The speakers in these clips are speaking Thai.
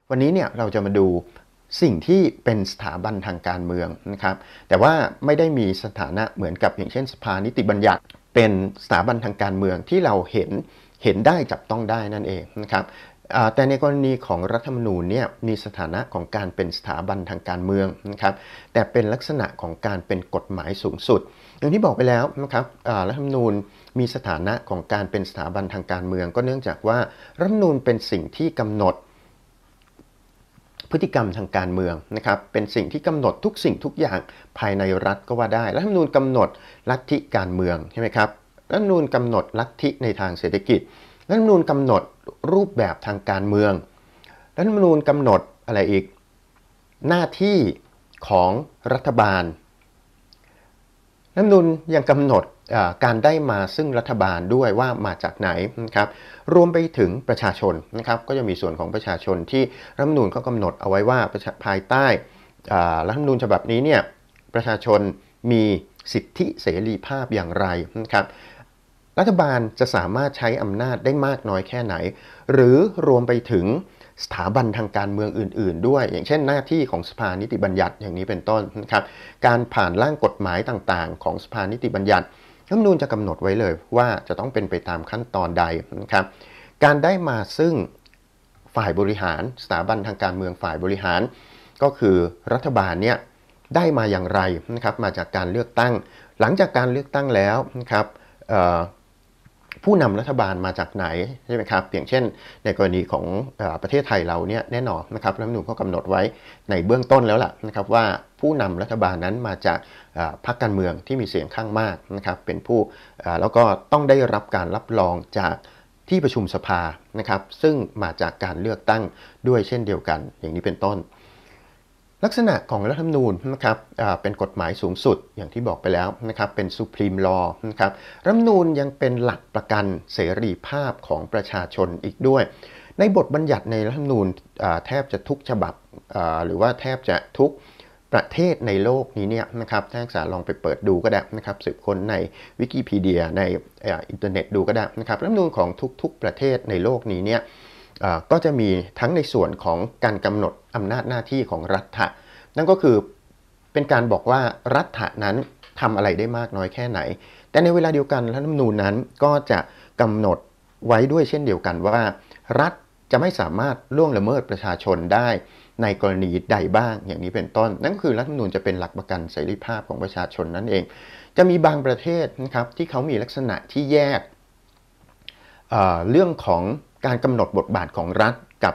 วันนี้เนี่ยเราจะมาดูสิ่งที่เป็นสถาบันทางการเมืองนะครับแต่ว่าไม่ได้มีสถานะเหมือนกับอย่างเช่นสภานิติบัญญัติเป็นสถาบันทางการเมืองที่เราเห็นได้จับต้องได้นั่นเองนะครับแต่ในกรณีของรัฐธรรมนูญเนี่ยมีสถานะของการเป็นสถาบันทางการเมืองนะครับแต่เป็นลักษณะของการเป็นกฎหมายสูงสุดอย่างที่บอกไปแล้วนะครับรัฐธรรมนูญมีสถานะของการเป็นสถาบันทางการเมืองก็เนื่องจากว่ารัฐธรรมนูญเป็นสิ่งที่กำหนดพฤติกรรมทางการเมืองนะครับเป็นสิ่งที่กำหนดทุกสิ่งทุกอย่างภายในรัฐก็ว่าได้รัฐธรรมนูญกำหนดลัทธิการเมืองใช่ไหมครับรัฐธรรมนูญกำหนดลัทธิในทางเศรษฐกิจรัฐธรรมนูญกำหนดรูปแบบทางการเมืองรัฐธรรมนูญกำหนดอะไรอีกหน้าที่ของรัฐบาลรัฐธรรมนูญยังกำหนดการได้มาซึ่งรัฐบาลด้วยว่ามาจากไหนนะครับรวมไปถึงประชาชนนะครับก็จะมีส่วนของประชาชนที่รัฐธรรมนูญก็กำหนดเอาไว้ว่าภายใต้รัฐธรรมนูญฉบับนี้เนี่ยประชาชนมีสิทธิเสรีภาพอย่างไรนะครับรัฐบาลจะสามารถใช้อำนาจได้มากน้อยแค่ไหนหรือรวมไปถึงสถาบันทางการเมืองอื่นๆด้วยอย่างเช่นหน้าที่ของสภานิติบัญญัติอย่างนี้เป็นต้นนะครับการผ่านร่างกฎหมายต่างๆของสภานิติบัญญัติรัฐธรรมนูญจะกำหนดไว้เลยว่าจะต้องเป็นไปตามขั้นตอนใดนะครับการได้มาซึ่งฝ่ายบริหารสถาบันทางการเมืองฝ่ายบริหารก็คือรัฐบาลเนี่ยได้มาอย่างไรนะครับมาจากการเลือกตั้งหลังจากการเลือกตั้งแล้วนะครับผู้นำรัฐบาลมาจากไหนใช่ไหมครับอย่างเช่นในกรณีของประเทศไทยเราเนี่ยแน่นอนนะครับรัฐธรรมนูญก็กำหนดไว้ในเบื้องต้นแล้วล่ะนะครับว่าผู้นำรัฐบาลนั้นมาจากพรรคการเมืองที่มีเสียงข้างมากนะครับเป็นผู้แล้วก็ต้องได้รับการรับรองจากที่ประชุมสภานะครับซึ่งมาจากการเลือกตั้งด้วยเช่นเดียวกันอย่างนี้เป็นต้นลักษณะของรัฐธรรมนูญนะครับเป็นกฎหมายสูงสุดอย่างที่บอกไปแล้วนะครับเป็น Supreme Law นะครับรัฐธรรมนูญยังเป็นหลักประกันเสรีภาพของประชาชนอีกด้วยในบทบัญญัติในรัฐธรรมนูญแทบจะทุกฉบับหรือว่าแทบจะทุกประเทศในโลกนี้เนี่ยนะครับถ้านักศึกษาลองไปเปิดดูก็ได้นะครับสืบค้นในวิกิพีเดียในอินเทอร์เน็ตดูก็ได้นะครับรัฐธรรมนูญของทุกๆประเทศในโลกนี้เนี่ยก็จะมีทั้งในส่วนของการกำหนดอำนาจหน้าที่ของรัฐะนั่นก็คือเป็นการบอกว่ารัฐะนั้นทำอะไรได้มากน้อยแค่ไหนแต่ในเวลาเดียวกันรัฐธรรมนูญนั้นก็จะกำหนดไว้ด้วยเช่นเดียวกันว่ารัฐจะไม่สามารถล่วงละเมิดประชาชนได้ในกรณีใดบ้างอย่างนี้เป็นต้นนั่นก็คือรัฐธรรมนูญจะเป็นหลักประกันเสรีภาพของประชาชนนั่นเองจะมีบางประเทศนะครับที่เขามีลักษณะที่แยกเรื่องของการกำหนดบทบาทของรัฐกับ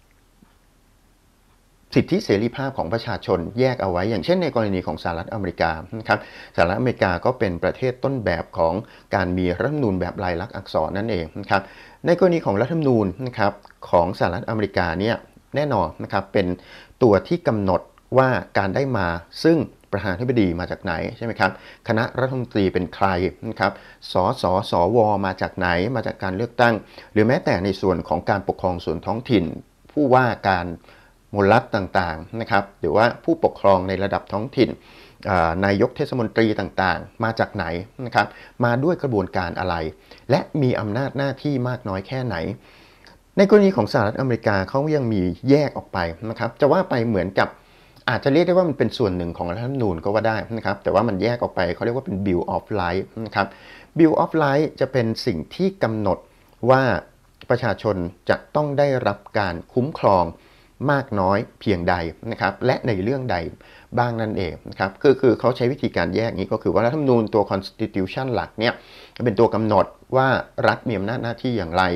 สิทธิเสรีภาพของประชาชนแยกเอาไว้อย่างเช่นในกรณีของสหรัฐอเมริกานะครับสหรัฐอเมริกาก็เป็นประเทศต้นแบบของการมีรัฐธรรมนูญแบบลายลักษณ์อักษรนั่นเองนะครับในกรณีของรัฐธรรมนูญนะครับของสหรัฐอเมริกาเนี่ยแน่นอนนะครับเป็นตัวที่กำหนดว่าการได้มาซึ่งประธานาธิบดีมาจากไหนใช่ไหมครับคณะรัฐมนตรีเป็นใครนะครับสวมาจากไหนมาจากการเลือกตั้งหรือแม้แต่ในส่วนของการปกครองส่วนท้องถิ่นผู้ว่าการมลรัฐต่างๆนะครับหรือว่าผู้ปกครองในระดับท้องถิ่นนายกเทศมนตรีต่างๆมาจากไหนนะครับมาด้วยกระบวนการอะไรและมีอำนาจหน้าที่มากน้อยแค่ไหนในกรณีของสหรัฐอเมริกาเขายังมีแยกออกไปนะครับจะว่าไปเหมือนกับอาจจะเรียกได้ว่ามันเป็นส่วนหนึ่งของรัฐธรรมนูญก็ว่าได้นะครับแต่ว่ามันแยกออกไปเขาเรียกว่าเป็น Bill of Rights นะครับ Bill of Rights จะเป็นสิ่งที่กำหนดว่าประชาชนจะต้องได้รับการคุ้มครองมากน้อยเพียงใดนะครับและในเรื่องใดบ้างนั่นเองนะครับคือเขาใช้วิธีการแยกนี้ก็คือว่ารัฐธรรมนูญตัว Constitution หลักเนี่ยเป็นตัวกำหนดว่ารัฐมีอำนาจหน้าที่อย่างไร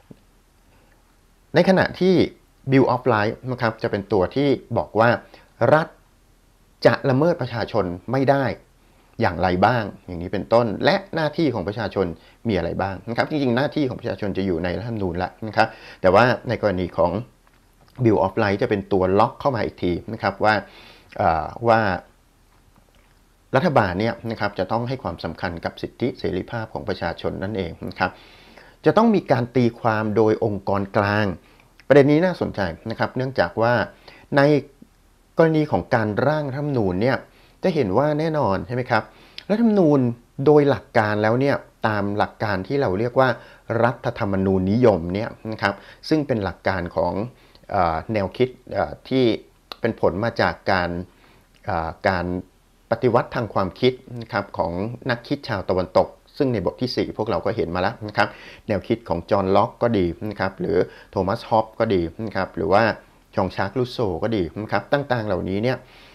ในขณะที่ Bill of Rights นะครับจะเป็นตัวที่บอกว่ารัฐจะละเมิดประชาชนไม่ได้อย่างไรบ้างอย่างนี้เป็นต้นและหน้าที่ของประชาชนมีอะไรบ้างนะครับจริงๆหน้าที่ของประชาชนจะอยู่ในรัฐธรรมนูญแล้วนะครับแต่ว่าในกรณีของ Bill of Rights จะเป็นตัวล็อกเข้ามาอีกทีนะครับว่ารัฐบาลเนี่ยนะครับจะต้องให้ความสำคัญกับสิทธิเสรีภาพของประชาชนนั่นเองนะครับจะต้องมีการตีความโดยองค์กรกลางประเด็นนี้น่าสนใจนะครับเนื่องจากว่าในกรณีของการร่างรัฐธรรมนูญเนี่ยจะเห็นว่าแน่นอนใช่ไหมครับรัฐธรรมนูญโดยหลักการแล้วเนี่ยตามหลักการที่เราเรียกว่ารัฐธรรมนูญนิยมเนี่ยนะครับซึ่งเป็นหลักการของแนวคิดที่เป็นผลมาจากการปฏิวัติทางความคิดนะครับของนักคิดชาวตะวันตกซึ่งในบทที่4พวกเราก็เห็นมาแล้วนะครับแนวคิดของจอห์นล็อกก็ดีนะครับหรือโทมัสฮอปก็ดีนะครับหรือว่าชองชาร์กลูโซก็ดีนะครับต่างๆเหล่านี้เนี่ย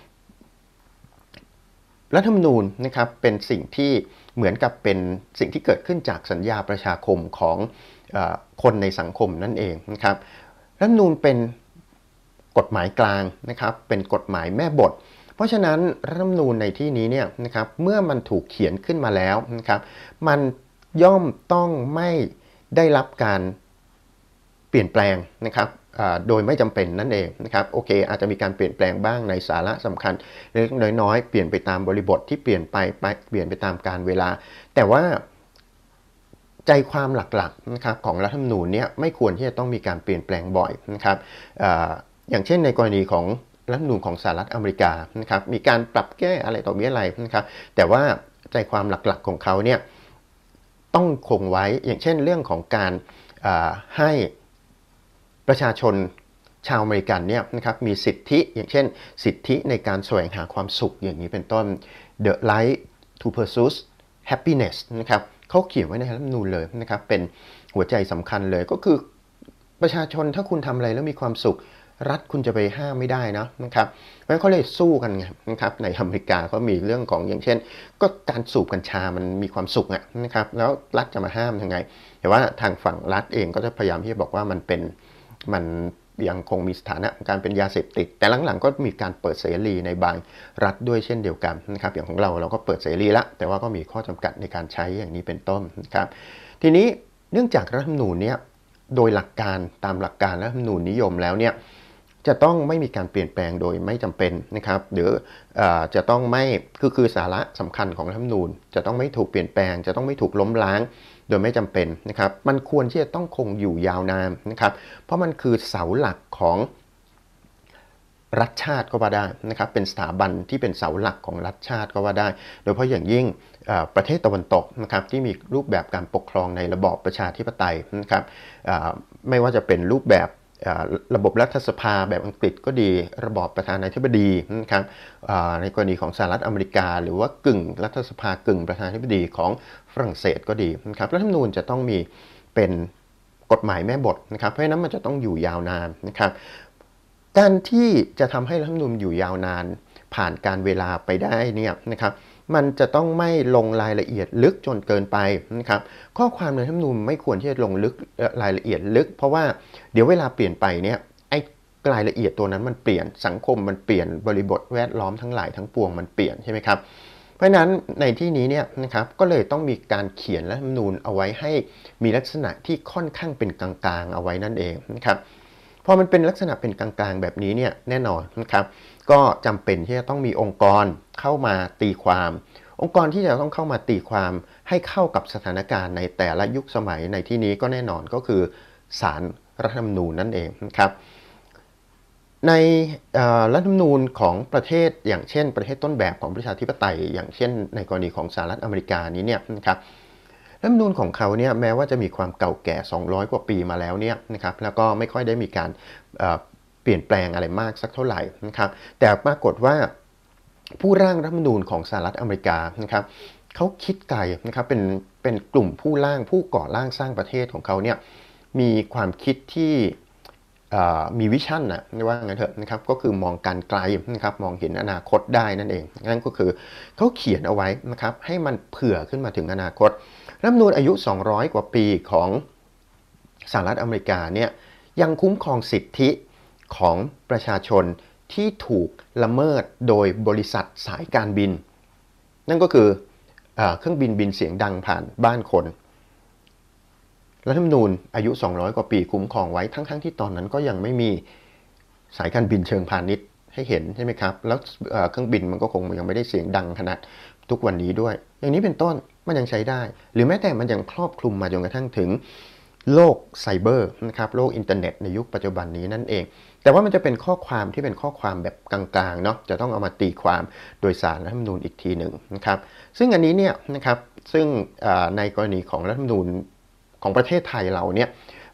รัฐธรรมนูญนะครับเป็นสิ่งที่เหมือนกับเป็นสิ่งที่เกิดขึ้นจากสัญญาประชาคมของคนในสังคมนั่นเองนะครับรัฐธรรมนูญเป็นกฎหมายกลางนะครับเป็นกฎหมายแม่บทเพราะฉะนั้นรัฐธรรมนูญในที่นี้เนี่ยนะครับเมื่อมันถูกเขียนขึ้นมาแล้วนะครับมันย่อมต้องไม่ได้รับการเปลี่ยนแปลงนะครับโดยไม่จำเป็นนั่นเองนะครับโอเคอาจจะมีการเปลี่ยนแปลงบ้างในสาระสำคัญเล็กน้อยๆเปลี่ยนไปตามบริบทที่เปลี่ยนไปเปลี่ยนไปตามกาลเวลาแต่ว่าใจความหลักๆนะครับของรัฐธรรมนูญเนี่ยไม่ควรที่จะต้องมีการเปลี่ยนแปลงบ่อยนะครับอย่างเช่นในกรณีของรัฐธรรมนูญของสหรัฐอเมริกานะครับมีการปรับแก้อะไรต่อมีอะไรนะครับแต่ว่าใจความหลักๆของเขาเนี่ยต้องคงไว้อย่างเช่นเรื่องของการให้ประชาชนชาวอเมริกันเนี่ยนะครับมีสิทธิอย่างเช่นสิทธิในการแสวงหาความสุขอย่างนี้เป็นต้น the right to pursue happiness นะครับเขาเขียนไว้ในรัฐธรรมนูญเลยนะครับเป็นหัวใจสำคัญเลยก็คือประชาชนถ้าคุณทำอะไรแล้วมีความสุขรัฐคุณจะไปห้ามไม่ได้นะครับเพราะฉะนั้นเขาเลยสู้กันนะครับในอเมริกาเขามีเรื่องของอย่างเช่นก็การสูบกัญชามันมีความสุขนะครับแล้วรัฐจะมาห้ามยังไงแต่ว่าทางฝั่งรัฐเองก็จะพยายามที่จะบอกว่ามันยังคงมีสถานะการเป็นยาเสพติดแต่หลังๆก็มีการเปิดเสรีในบางรัฐด้วยเช่นเดียวกันนะครับอย่างของเราก็เปิดเสรีละแต่ว่าก็มีข้อจำกัดในการใช้อย่างนี้เป็นต้นนะครับทีนี้เนื่องจากรัฐธรรมนูญเนี่ยโดยหลักการตามหลักการรัฐธรรมนูญนิยมแล้วเนี่ยจะต้องไม่มีการเปลี่ยนแปลงโดยไม่จำเป็นนะครับหรือจะต้องไม่คือสาระสำคัญของรัฐธรรมนูญจะต้องไม่ถูกเปลี่ยนแปลงจะต้องไม่ถูกล้มล้างโดยไม่จำเป็นนะครับมันควรที่จะต้องคงอยู่ยาวนานนะครับเพราะมันคือเสาหลักของรัฐชาติก็ว่าได้นะครับเป็นสถาบันที่เป็นเสาหลักของรัฐชาติก็ว่าได้โดยเฉพาะอย่างยิ่งประเทศตะวันตกนะครับที่มีรูปแบบการปกครองในระบอบประชาธิปไตยนะครับไม่ว่าจะเป็นรูปแบบระบบรัฐสภาแบบอังกฤษก็ดีระบอบประธานาธิบดีนะครับในกรณีของสหรัฐอเมริกาหรือว่ากึ่งรัฐสภากึ่งประธานาธิบดีของฝรั่งเศสก็ดีนะครับรัฐธรรมนูญจะต้องมีเป็นกฎหมายแม่บทนะครับเพราะฉะนั้นมันจะต้องอยู่ยาวนานนะครับการที่จะทำให้รัฐธรรมนูญอยู่ยาวนานผ่านการเวลาไปได้เนี่ยนะครับมันจะต้องไม่ลงรายละเอียดลึกจนเกินไปนะครับข้อความในรัฐธรรมนูญไม่ควรที่จะลงลึกรายละเอียดลึกเพราะว่าเดี๋ยวเวลาเปลี่ยนไปเนี่ยไอ้รายละเอียดตัวนั้นมันเปลี่ยนสังคมมันเปลี่ยนบริบทแวดล้อมทั้งหลายทั้งปวงมันเปลี่ยนใช่ไหมครับเพราะฉะนั้นในที่นี้เนี่ยนะครับก็เลยต้องมีการเขียนรัฐธรรมนูญเอาไว้ให้มีลักษณะที่ค่อนข้างเป็นกลางๆเอาไว้นั่นเองนะครับพอมันเป็นลักษณะเป็นกลางๆแบบนี้เนี่ยแน่นอนนะครับก็จำเป็นที่จะต้องมีองค์กรเข้ามาตีความองค์กรที่จะต้องเข้ามาตีความให้เข้ากับสถานการณ์ในแต่ละยุคสมัยในที่นี้ก็แน่นอนก็คือศาลรัฐธรรมนูญนั่นเองนะครับในรัฐธรรมนูญของประเทศอย่างเช่นประเทศต้นแบบของประชาธิปไตยอย่างเช่นในกรณีของสหรัฐอเมริกานี้เนี่ยนะครับรัฐธรรมนูญของเขาเนี่ยแม้ว่าจะมีความเก่าแก่200กว่าปีมาแล้วเนี่ยนะครับแล้วก็ไม่ค่อยได้มีการเปลี่ยนแปลงอะไรมากสักเท่าไหร่นะครับแต่ปรากฏว่าผู้ร่างรัฐธรรมนูญของสหรัฐอเมริกานะครับเขาคิดไกลนะครับเป็นกลุ่มผู้ก่อร่างสร้างประเทศของเขาเนี่ยมีความคิดที่มีวิชั่นนะว่างั้นเถอะนะครับก็คือมองการไกลนะครับมองเห็นอนาคตได้นั่นเองนั่นก็คือเขาเขียนเอาไว้นะครับให้มันเผื่อขึ้นมาถึงอนาคตรัฐธรรมนูญอายุ200กว่าปีของสหรัฐอเมริกาเนี่ยยังคุ้มครองสิทธิของประชาชนที่ถูกละเมิดโดยบริษัทสายการบินนั่นก็คือเครื่องบินบินเสียงดังผ่านบ้านคนรัฐธรรมนูญอายุ200กว่าปีคุ้มครองไว้ทั้งที่ตอนนั้นก็ยังไม่มีสายการบินเชิงพาณิชย์ให้เห็นใช่ไหมครับแล้วเครื่องบินมันก็คงยังไม่ได้เสียงดังขนาดทุกวันนี้ด้วยอย่างนี้เป็นต้นมันยังใช้ได้หรือแม้แต่มันยังครอบคลุมมาจนกระทั่งถึงโลกไซเบอร์นะครับโลกอินเทอร์เน็ตในยุคปัจจุบันนี้นั่นเองแต่ว่ามันจะเป็นข้อความที่เป็นข้อความแบบกลางๆเนาะจะต้องเอามาตีความโดยสารรัฐธรรมนูญอีกทีหนึ่งนะครับซึ่งอันนี้เนี่ยนะครับซึ่งในกรณีของรัฐธรรมนูญของประเทศไทยเราเนี่ย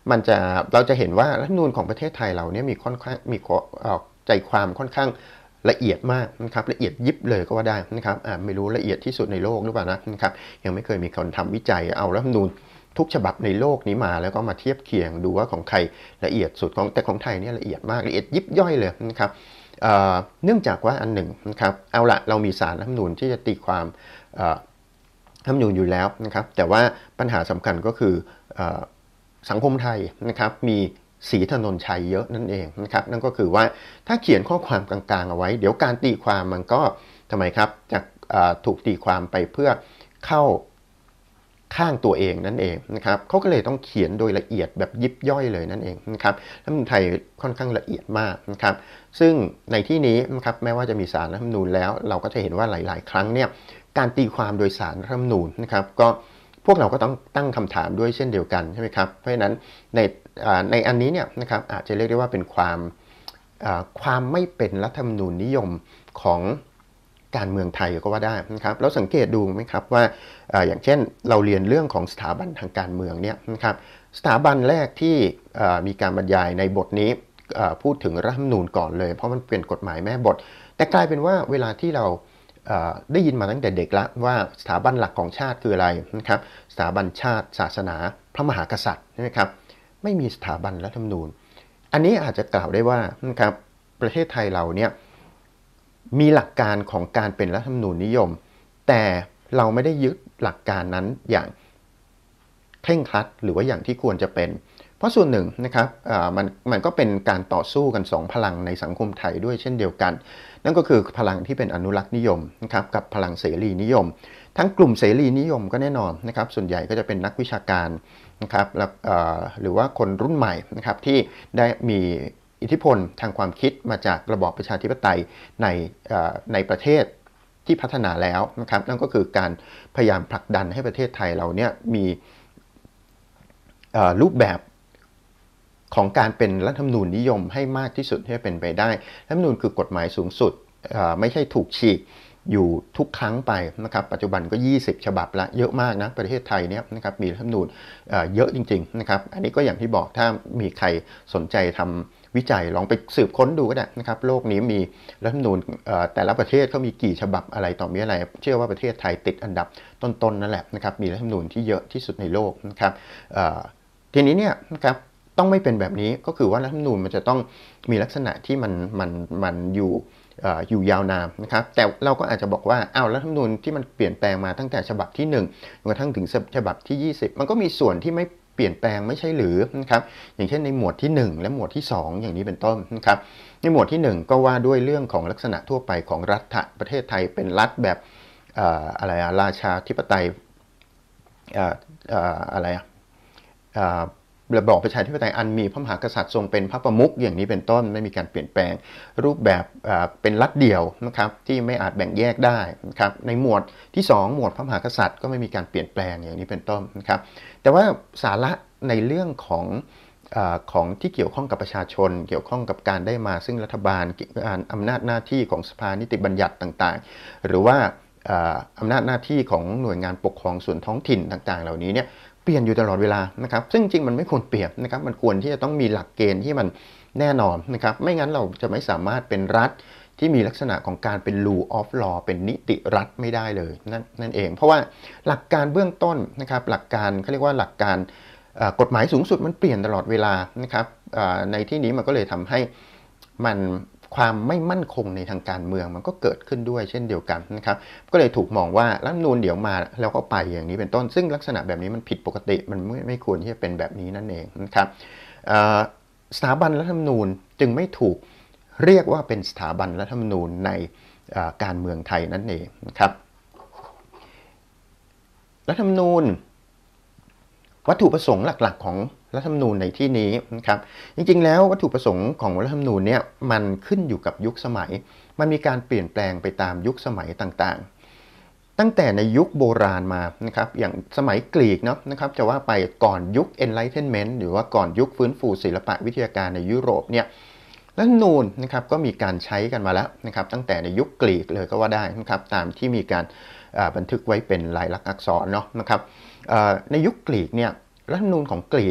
เราจะเห็นว่ารัฐธรรมนูญของประเทศไทยเราเนี่ยมีค่อนข้างมีใจความค่อนข้างละเอียดมากนะครับละเอียดยิบเลยก็ว่าได้นะครับไม่รู้ละเอียดที่สุดในโลกหรือเปล่านะครับยังไม่เคยมีคนทำวิจัยเอารัฐธรรมนูญทุกฉบับในโลกนี้มาแล้วก็มาเทียบเคียงดูว่าของใครละเอียดสุดแต่ของไทยเนี่ยละเอียดมากละเอียดยิบย่อยเลยนะครับเนื่องจากว่าอันหนึ่งนะครับเอาละเรามีศาลรัฐธรรมนูญที่จะตีความรัฐธรรมนูญอยู่แล้วนะครับแต่ว่าปัญหาสำคัญก็คือสังคมไทยนะครับมีศรีถนนชัยเยอะนั่นเองนะครับนั่นก็คือว่าถ้าเขียนข้อความกลางๆเอาไว้เดี๋ยวการตีความมันก็ทำไมครับจะถูกตีความไปเพื่อเข้าข้างตัวเองนั่นเองนะครับเขาก็เลยต้องเขียนโดยละเอียดแบบยิบย่อยเลยนั่นเองนะครับรัฐธรรมนูญไทยค่อนข้างละเอียดมากนะครับซึ่งในที่นี้นะครับแม้ว่าจะมีศาลรัฐธรรมนูญแล้วเราก็จะเห็นว่าหลายๆครั้งเนี่ยการตีความโดยศาลรัฐธรรมนูญนะครับก็พวกเราก็ต้องตั้งคำถามด้วยเช่นเดียวกันใช่ไหมครับเพราะฉะนั้นในอันนี้เนี่ยนะครับอาจจะเรียกได้ว่าเป็นความไม่เป็นรัฐธรรมนูญนิยมของการเมืองไทยก็ว่าได้นะครับเราสังเกตดูไหมครับว่าอย่างเช่นเราเรียนเรื่องของสถาบันทางการเมืองเนี่ยนะครับสถาบันแรกที่มีการบรรยายในบทนี้พูดถึงรัฐธรรมนูญก่อนเลยเพราะมันเป็นกฎหมายแม่บทแต่กลายเป็นว่าเวลาที่เราได้ยินมาตั้งแต่เด็กแล้วว่าสถาบันหลักของชาติคืออะไรนะครับสถาบันชาติศาสนาพระมหากษัตริย์ใช่ไหมครับไม่มีสถาบันรัฐธรรมนูญอันนี้อาจจะกล่าวได้ว่านะครับประเทศไทยเราเนี่ยมีหลักการของการเป็นรัฐธรรมนูญนิยมแต่เราไม่ได้ยึดหลักการนั้นอย่างเคร่งครัดหรือว่าอย่างที่ควรจะเป็นเพราะส่วนหนึ่งนะครับมันก็เป็นการต่อสู้กัน2พลังในสังคมไทยด้วยเช่นเดียวกันนั่นก็คือพลังที่เป็นอนุรักษ์นิยมนะครับกับพลังเสรีนิยมทั้งกลุ่มเสรีนิยมก็แน่นอนนะครับส่วนใหญ่ก็จะเป็นนักวิชาการนะครับหรือว่าคนรุ่นใหม่นะครับที่ได้มีอิทธิพลทางความคิดมาจากระบอบประชาธิปไตยในประเทศที่พัฒนาแล้วนะครับนั่นก็คือการพยายามผลักดันให้ประเทศไทยเราเนี่ยมีรูปแบบของการเป็นรัฐธรรมนูญนิยมให้มากที่สุดที่จะเป็นไปได้รัฐธรรมนูญคือกฎหมายสูงสุดไม่ใช่ถูกฉีกอยู่ทุกครั้งไปนะครับปัจจุบันก็20ฉบับละเยอะมากนะประเทศไทยเนี่ยนะครับมีรัฐธรรมนูญเยอะจริงๆนะครับอันนี้ก็อย่างที่บอกถ้ามีใครสนใจทำวิจัยลองไปสืบค้นดูก็ได้นะครับโลกนี้มีรัฐธรรมนูญแต่ละประเทศเขามีกี่ฉบับอะไรต่อมีอะไรเชื่อว่าประเทศไทยติดอันดับต้นๆนั่นแหละนะครับมีรัฐธรรมนูญที่เยอะที่สุดในโลกนะครับทีนี้เนี่ยนะครับต้องไม่เป็นแบบนี้ก็คือว่ารัฐธรรมนูญมันจะต้องมีลักษณะที่มันอยู่ยาวนานนะครับแต่เราก็อาจจะบอกว่ารัฐธรรมนูญที่มันเปลี่ยนแปลงมาตั้งแต่ฉบับที่1จนกระทั่งถึงฉบับที่20มันก็มีส่วนที่ไม่เปลี่ยนแปลงไม่ใช่หรือนะครับอย่างเช่นในหมวดที่1และหมวดที่2อย่างนี้เป็นต้นนะครับในหมวดที่1ก็ว่าด้วยเรื่องของลักษณะทั่วไปของรัฐประเทศไทยเป็นรัฐแบบราชาธิปไตยระบอบประชาธิปไตยอันมีพระมหากษัตริย์ทรงเป็นพระประมุขอย่างนี้เป็นต้นไม่มีการเปลี่ยนแปลงรูปแบบเป็นรัฐเดี่ยวนะครับที่ไม่อาจแบ่งแยกได้นะครับในหมวดที่2หมวดพระมหากษัตริย์ก็ไม่มีการเปลี่ยนแปลงอย่างนี้เป็นต้นนะครับแต่ว่าสาระในเรื่องของที่เกี่ยวข้องกับประชาชนเกี่ยวข้องกับการได้มาซึ่งรัฐบาลอำนาจหน้าที่ของสภานิติบัญญัติต่างๆหรือว่าอำนาจหน้าที่ของหน่วยงานปกครองส่วนท้องถิ่นต่างๆเหล่านี้เนี่ยเปลี่ยนอยู่ตลอดเวลานะครับซึ่งจริงมันไม่ควรเปลี่ยนนะครับมันควรที่จะต้องมีหลักเกณฑ์ที่มันแน่นอนนะครับไม่งั้นเราจะไม่สามารถเป็นรัฐที่มีลักษณะของการเป็น rule of law เป็นนิติรัฐไม่ได้เลยนั่นเองเพราะว่าหลักการเบื้องต้นนะครับหลักการเขาเรียกว่าหลักการกฎหมายสูงสุดมันเปลี่ยนตลอดเวลานะครับในที่นี้มันก็เลยทำให้มันความไม่มั่นคงในทางการเมืองมันก็เกิดขึ้นด้วยเช่นเดียวกันนะครับก็เลยถูกมองว่ารัฐธรรมนูญเดี๋ยวมาแล้วก็ไปอย่างนี้เป็นต้นซึ่งลักษณะแบบนี้มันผิดปกติมันไม่ควรที่จะเป็นแบบนี้นั่นเองนะครับสถาบันรัฐธรรมนูญจึงไม่ถูกเรียกว่าเป็นสถาบันรัฐธรรมนูญในการเมืองไทยนั่นเองนะครับรัฐธรรมนูญวัตถุประสงค์หลักๆของรัฐธรรมนูญในที่นี้นะครับจริงๆแล้ววัตถุประสงค์ของรัฐธรรมนูญเนี่ยมันขึ้นอยู่กับยุคสมัยมันมีการเปลี่ยนแปลงไปตามยุคสมัยต่างๆตั้งแต่ในยุคโบราณมานะครับอย่างสมัยกรีกเนาะนะครับจะว่าไปก่อนยุค Enlightenment หรือว่าก่อนยุคฟื้นฟูศิลปะวิทยาการในยุโรปเนี่ยรัฐธรรมนูญนะครับก็มีการใช้กันมาแล้วนะครับตั้งแต่ในยุคกรีกเลยก็ว่าได้นะครับตามที่มีการบันทึกไว้เป็นลายลักษณ์อักษรเนาะนะครับในยุคกรีกเนี่ยรัฐธรรมนูญของกรีก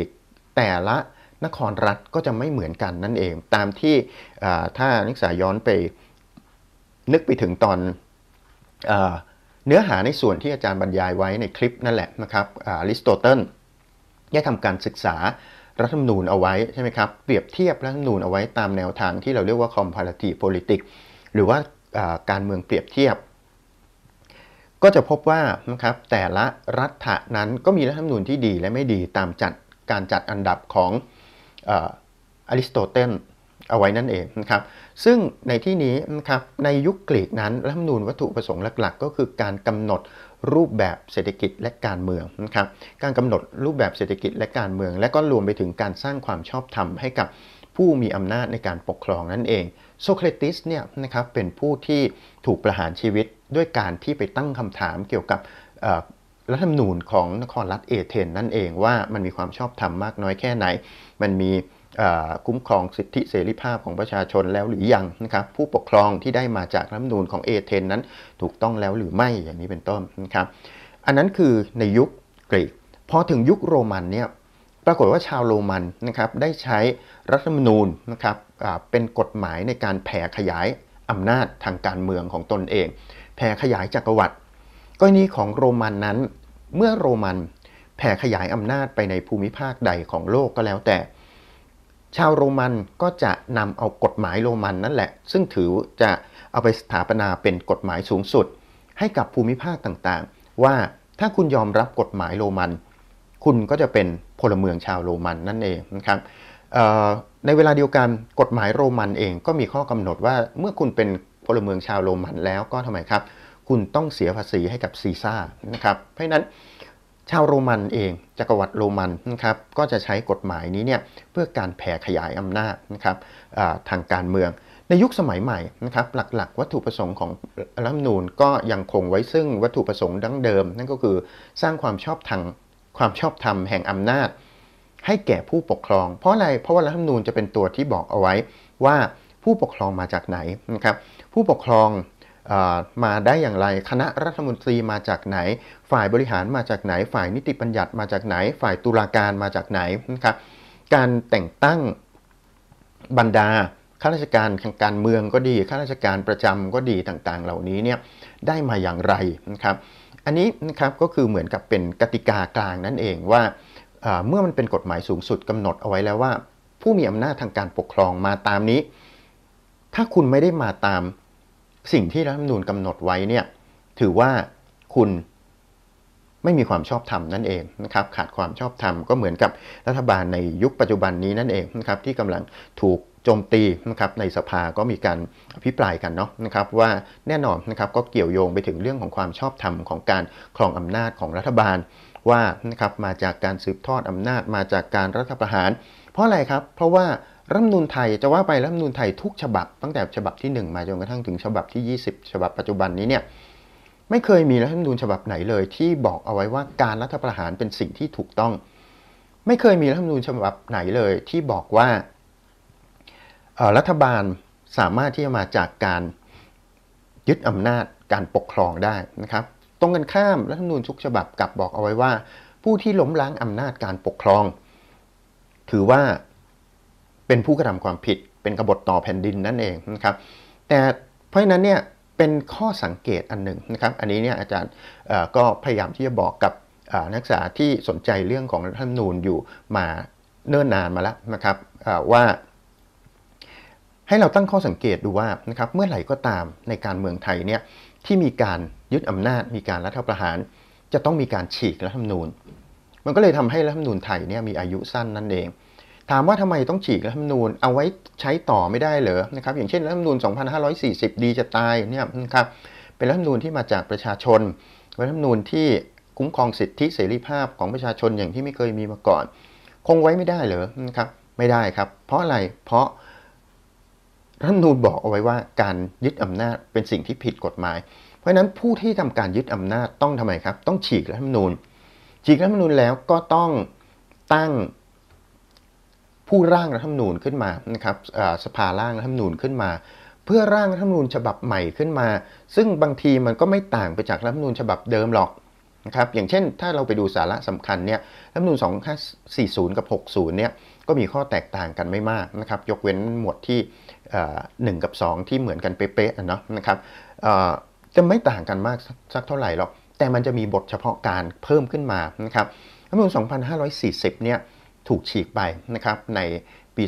แต่ละนครรัฐก็จะไม่เหมือนกันนั่นเองตามที่ถ้านักศึกษาย้อนไปนึกไปถึงตอนเนื้อหาในส่วนที่อาจารย์บรรยายไว้ในคลิปนั่นแหละนะครับอริสโตเติลได้ทำการศึกษารัฐธรรมนูญเอาไว้ใช่ไหมครับเปรียบเทียบรัฐธรรมนูญเอาไว้ตามแนวทางที่เราเรียกว่า comparative politics หรือว่าการเมืองเปรียบเทียบก็จะพบว่านะครับแต่ละรัฐนั้นก็มีรัฐธรรมนูญที่ดีและไม่ดีตามการจัดอันดับของอริสโตเติลเอาไว้นั่นเองนะครับซึ่งในที่นี้นะครับในยุคกรีกนั้นรัฐธรรมนูญวัตถุประสงค์หลักๆก็คือการกำหนดรูปแบบเศรษฐกิจและการเมืองนะครับการกำหนดรูปแบบเศรษฐกิจและการเมืองและก็รวมไปถึงการสร้างความชอบธรรมให้กับผู้มีอำนาจในการปกครองนั่นเองโซเครติสเนี่ยนะครับเป็นผู้ที่ถูกประหารชีวิตด้วยการที่ไปตั้งคำถามเกี่ยวกับรัฐธรรมนูญของนครรัฐเอเธนนั่นเองว่ามันมีความชอบธรรมมากน้อยแค่ไหนมันมีคุ้มครองสิทธิเสรีภาพของประชาชนแล้วหรือยังนะครับผู้ปกครองที่ได้มาจากรัฐธรรมนูญของเอเธนนั้นถูกต้องแล้วหรือไม่อย่างนี้เป็นต้นนะครับอันนั้นคือในยุคกรีกพอถึงยุคโรมันเนี่ยปรากฏว่าชาวโรมันนะครับได้ใช้รัฐธรรมนูญนะครับเป็นกฎหมายในการแผ่ขยายอำนาจทางการเมืองของตนเองแผ่ขยายจักรวรรดิกรณีของโรมันนั้นเมื่อโรมันแผ่ขยายอำนาจไปในภูมิภาคใดของโลกก็แล้วแต่ชาวโรมันก็จะนำเอากฎหมายโรมันนั่นแหละซึ่งถือจะเอาไปสถาปนาเป็นกฎหมายสูงสุดให้กับภูมิภาคต่างๆว่าถ้าคุณยอมรับกฎหมายโรมันคุณก็จะเป็นพลเมืองชาวโรมันนั่นเองนะครับในเวลาเดียวกันกฎหมายโรมันเองก็มีข้อกำหนดว่าเมื่อคุณเป็นพลเมืองชาวโรมันแล้วก็ทำไมครับคุณต้องเสียภาษีให้กับซีซ่านะครับเพราะฉะนั้นชาวโรมันเองจักรวรรดิโรมันนะครับก็จะใช้กฎหมายนี้เนี่ยเพื่อการแผ่ขยายอำนาจนะครับทางการเมืองในยุคสมัยใหม่นะครับหลักๆวัตถุประสงค์ของรัฐธรรมนูญก็ยังคงไว้ซึ่งวัตถุประสงค์ดั้งเดิมนั่นก็คือสร้างความชอบธรรมแห่งอำนาจให้แก่ผู้ปกครองเพราะอะไรเพราะว่ารัฐธรรมนูญจะเป็นตัวที่บอกเอาไว้ว่าผู้ปกครองมาจากไหนนะครับผู้ปกครองมาได้อย่างไรคณะรัฐมนตรีมาจากไหนฝ่ายบริหารมาจากไหนฝ่ายนิติบัญญัติมาจากไหนฝ่ายตุลาการมาจากไหนนะครับการแต่งตั้งบรรดาข้าราชการทางการเมืองก็ดีข้าราชการประจำก็ดีต่างๆเหล่านี้เนี่ยได้มาอย่างไรนะครับอันนี้นะครับก็คือเหมือนกับเป็นกติกากลางนั่นเองว่าเมื่อมันเป็นกฎหมายสูงสุดกำหนดเอาไว้แล้วว่าผู้มีอำนาจทางการปกครองมาตามนี้ถ้าคุณไม่ได้มาตามสิ่งที่รัฐธรรมนูญกำหนดไว้เนี่ยถือว่าคุณไม่มีความชอบธรรมนั่นเองนะครับขาดความชอบธรรมก็เหมือนกับรัฐบาลในยุคปัจจุบันนี้นั่นเองนะครับที่กำลังถูกโจมตีนะครับในสภาก็มีการอภิปรายกันเนาะนะครับว่าแน่นอนนะครับก็เกี่ยวโยงไปถึงเรื่องของความชอบธรรมของการครองอำนาจของรัฐบาลว่านะครับมาจากการสืบทอดอำนาจมาจากการรัฐประหารเพราะอะไรครับเพราะว่ารัฐธรรมนูญไทยจะว่าไปรัฐธรรมนูญไทยทุกฉบับตั้งแต่ฉบับที่1มาจนกระทั่งถึงฉบับที่20ฉบับปัจจุบันนี้เนี่ยไม่เคยมีรัฐธรรมนูญฉบับไหนเลยที่บอกเอาไว้ว่าการรัฐประหารเป็นสิ่งที่ถูกต้องไม่เคยมีรัฐธรรมนูญฉบับไหนเลยที่บอกว่ารัฐบาลสามารถที่จะมาจากการยึดอำนาจการปกครองได้นะครับตรงกันข้ามรัฐธรรมนูญทุกฉบับกลับบอกเอาไว้ว่าผู้ที่ล้มล้างอำนาจการปกครองถือว่าเป็นผู้กระทำความผิดเป็นกบฏต่อแผ่นดินนั่นเองนะครับแต่เพราะฉะนั้นเนี่ยเป็นข้อสังเกตอันหนึ่งนะครับอันนี้เนี่ยอาจารย์ก็พยายามที่จะบอกกับนักศึกษาที่สนใจเรื่องของรัฐธรรมนูญอยู่มาเนิ่นนานมาแล้วนะครับว่าให้เราตั้งข้อสังเกตดูว่านะครับเมื่อไหร่ก็ตามในการเมืองไทยเนี่ยที่มีการยึดอำนาจมีการรัฐประหารจะต้องมีการฉีกรัฐธรรมนูญมันก็เลยทำให้รัฐธรรมนูญไทยเนี่ยมีอายุสั้นนั่นเองถามว่าทำไมต้องฉีกรัฐธรรมนูญเอาไว้ใช้ต่อไม่ได้เหรอนะครับอย่างเช่นรัฐธรรมนูญ2540ดีจะตายเนี่ยนะครับเป็นรัฐธรรมนูญที่มาจากประชาชนรัฐธรรมนูญที่คุ้มครองสิทธิเสรีภาพของประชาชนอย่างที่ไม่เคยมีมาก่อนคงไว้ไม่ได้เหรอนะครับไม่ได้ครับเพราะอะไรเพราะรัฐธรรมนูญบอกเอาไว้ว่าการยึดอำนาจเป็นสิ่งที่ผิดกฎหมายเพราะฉะนั้นผู้ที่ทำการยึดอำนาจต้องทำไมครับต้องฉีกรัฐธรรมนูญฉีกรัฐธรรมนูญแล้วก็ต้องตั้งผู้ร่างรัฐธรรมนูญขึ้นมานะครับสภาร่างรัฐธรรมนูญขึ้นมาเพื่อร่างรัฐธรรมนูญฉบับใหม่ขึ้นมาซึ่งบางทีมันก็ไม่ต่างไปจากรัฐธรรมนูญฉบับเดิมหรอกนะครับอย่างเช่นถ้าเราไปดูสาระสำคัญเนี่ยรัฐธรรมนูญ2540กับ60เนี่ยก็มีข้อแตกต่างกันไม่มากนะครับยกเว้นหมวดที่1กับ2ที่เหมือนกันเป๊ะๆเนาะนะครับจะไม่ต่างกันมากสักเท่าไหร่หรอกแต่มันจะมีบทเฉพาะการเพิ่มขึ้นมานะครับรัฐธรรมนูญ2540เนี่ยถูกฉีกไปนะครับในปี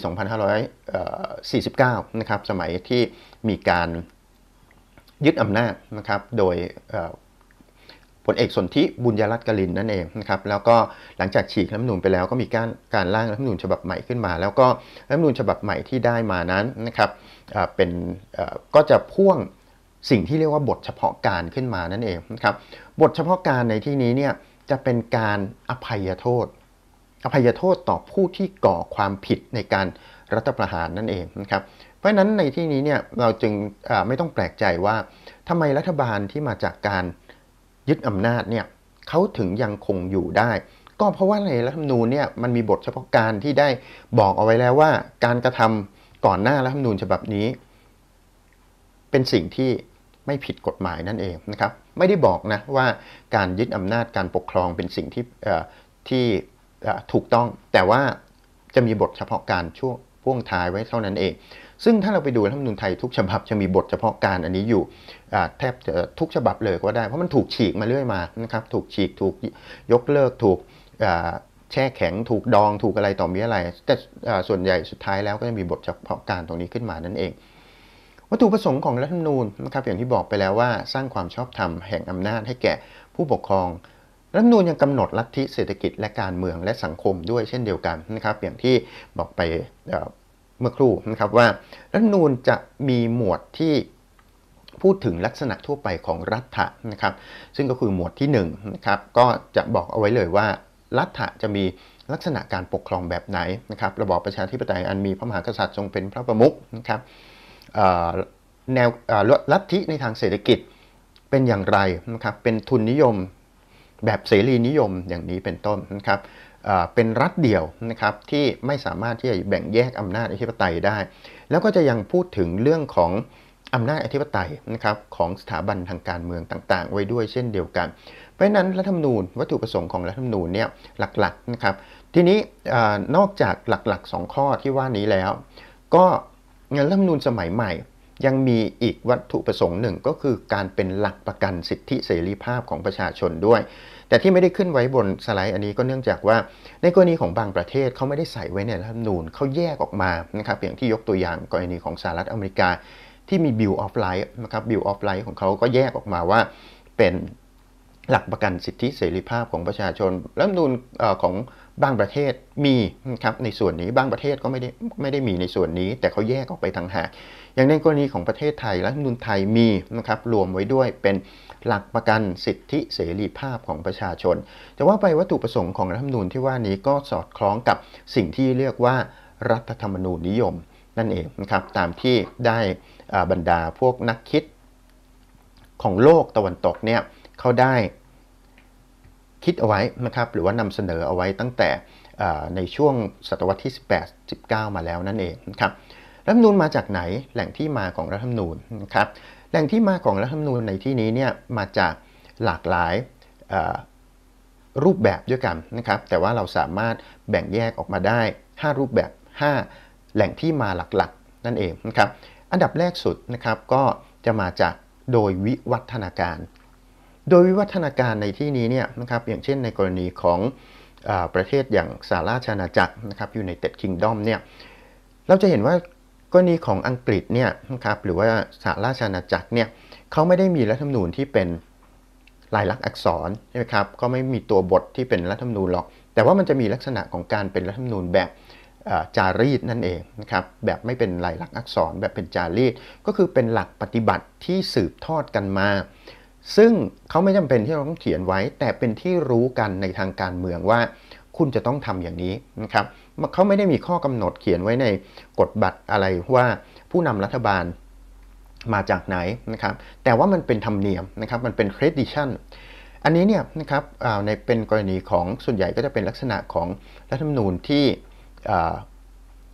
2549นะครับสมัยที่มีการยึดอำนาจนะครับโดยพลเอกสนธิบุญยรัตน์กลินนั่นเองนะครับแล้วก็หลังจากฉีกรัฐธรรมนูญไปแล้วก็มีการร่างรัฐธรรมนูญฉบับใหม่ขึ้นมาแล้วก็รัฐธรรมนูญฉบับใหม่ที่ได้มานั้นนะครับเป็นก็จะพ่วงสิ่งที่เรียกว่าบทเฉพาะการขึ้นมานั่นเองนะครับบทเฉพาะการในที่นี้เนี่ยจะเป็นการอภัยโทษต่อผู้ที่ก่อความผิดในการรัฐประหารนั่นเองนะครับเพราะฉะนั้นในที่นี้เนี่ยเราจึงไม่ต้องแปลกใจว่าทำไมรัฐบาลที่มาจากการยึดอำนาจเนี่ยเขาถึงยังคงอยู่ได้ก็เพราะว่าในรัฐธรรมนูญเนี่ยมันมีบทเฉพาะการที่ได้บอกเอาไว้แล้วว่าการกระทำก่อนหน้ารัฐธรรมนูญฉบับนี้เป็นสิ่งที่ไม่ผิดกฎหมายนั่นเองนะครับไม่ได้บอกนะว่าการยึดอำนาจการปกครองเป็นสิ่งที่ถูกต้องแต่ว่าจะมีบทเฉพาะการช่วงพ่วงท้ายไว้เท่านั้นเองซึ่งถ้าเราไปดูรัฐธรรมนูญไทยทุกฉบับจะมีบทเฉพาะการอันนี้อยู่แทบจะทุกฉบับเลยก็ได้เพราะมันถูกฉีกมาเรื่อยมานะครับถูกฉีกถูกยกเลิกถูกแช่แข็งถูกดองถูกอะไรต่อมีอะไรแต่ส่วนใหญ่สุดท้ายแล้วก็จะมีบทเฉพาะการตรงนี้ขึ้นมานั่นเองวัตถุประสงค์ของรัฐธรรมนูญนะครับอย่างที่บอกไปแล้วว่าสร้างความชอบธรรมแห่งอำนาจให้แก่ผู้ปกครองรัฐธรรมนูญยังกำหนดลัทธิเศรษฐกิจและการเมืองและสังคมด้วยเช่นเดียวกันนะครับอย่างที่บอกไปเมื่อครู่นะครับว่ารัฐธรรมนูญจะมีหมวดที่พูดถึงลักษณะทั่วไปของรัฐะนะครับซึ่งก็คือหมวดที่1นะครับก็จะบอกเอาไว้เลยว่ารัฐะจะมีลักษณะการปกครองแบบไหนนะครับระบอบประชาธิปไตยอันมีพระมหากษัตริย์ทรงเป็นพระประมุขนะครับแนวลัทธิในทางเศรษฐกิจเป็นอย่างไรนะครับเป็นทุนนิยมแบบเสรีนิยมอย่างนี้เป็นต้นนะครับเป็นรัฐเดี่ยวนะครับที่ไม่สามารถที่จะแบ่งแยกอำนาจอธิปไตยได้แล้วก็จะยังพูดถึงเรื่องของอำนาจอธิปไตยนะครับของสถาบันทางการเมืองต่างๆไว้ด้วยเช่นเดียวกันเพราะฉะนั้นรัฐธรรมนูญวัตถุประสงค์ของรัฐธรรมนูญเนี่ยหลักๆนะครับทีนี้นอกจากหลักๆ2ข้อที่ว่านี้แล้วก็รัฐธรรมนูญสมัยใหม่ยังมีอีกวัตถุประสงค์หนึ่งก็คือการเป็นหลักประกันสิทธิเสรีภาพของประชาชนด้วยแต่ที่ไม่ได้ขึ้นไว้บนสไลด์อันนี้ก็เนื่องจากว่าในกรณีของบางประเทศเขาไม่ได้ใส่ไว้ในรัฐธรรมนูญเขาแยกออกมานะครับอย่างที่ยกตัวอย่างกรณีของสหรัฐอเมริกาที่มี Bill of Rights นะครับ Bill of Rights ของเขาก็แยกออกมาว่าเป็นหลักประกันสิทธิเสรีภาพของประชาชนรัฐธรรมนูญของบางประเทศมีนะครับในส่วนนี้บางประเทศก็ไม่ได้มีในส่วนนี้แต่เขาแยกออกไปต่างหากอย่างในกรณีของประเทศไทยรัฐธรรมนูญไทยมีนะครับรวมไว้ด้วยเป็นหลักประกันสิทธิเสรีภาพของประชาชนแต่ว่าไปวัตถุประสงค์ของรัฐธรรมนูญที่ว่านี้ก็สอดคล้องกับสิ่งที่เรียกว่ารัฐธรรมนูญนิยมนั่นเองนะครับตามที่ได้บรรดาพวกนักคิดของโลกตะวันตกเนี่ยเขาได้คิดเอาไว้นะครับหรือว่านำเสนอเอาไว้ตั้งแต่ในช่วงศตวรรษที่18-19มาแล้วนั่นเองนะครับรัฐธรรมนูญมาจากไหนแหล่งที่มาของรัฐธรรมนูญนะครับแหล่งที่มาของรัฐธรรมนูญในที่นี้เนี่ยมาจากหลากหลายรูปแบบด้วยกันนะครับแต่ว่าเราสามารถแบ่งแยกออกมาได้5รูปแบบ5แหล่งที่มาหลักๆนั่นเองนะครับอันดับแรกสุดนะครับก็จะมาจากโดยวิวัฒนาการโดยวิวัฒนาการในที่นี้เนี่ยนะครับอย่างเช่นในกรณีของประเทศอย่างสหราชอาณาจักรนะครับ United Kingdom เนี่ยเราจะเห็นว่ากรณีของอังกฤษเนี่ยนะครับหรือว่าสหราชอาณาจักรเนี่ยเขาไม่ได้มีรัฐธรรมนูญที่เป็นลายลักษณ์อักษรใช่ไหมครับก็ไม่มีตัวบทที่เป็นรัฐธรรมนูญหรอกแต่ว่ามันจะมีลักษณะของการเป็นรัฐธรรมนูญแบบจารีตนั่นเองนะครับแบบไม่เป็นลายลักษณ์อักษรแบบเป็นจารีตก็คือเป็นหลักปฏิบัติที่สืบทอดกันมาซึ่งเขาไม่จำเป็นที่เราต้องเขียนไว้แต่เป็นที่รู้กันในทางการเมืองว่าคุณจะต้องทำอย่างนี้นะครับเขาไม่ได้มีข้อกำหนดเขียนไว้ในกฎบัตรอะไรว่าผู้นำรัฐบาลมาจากไหนนะครับแต่ว่ามันเป็นธรรมเนียมนะครับมันเป็น tradition อันนี้เนี่ยนะครับในเป็นกรณีของส่วนใหญ่ก็จะเป็นลักษณะของรัฐธรรมนูญที่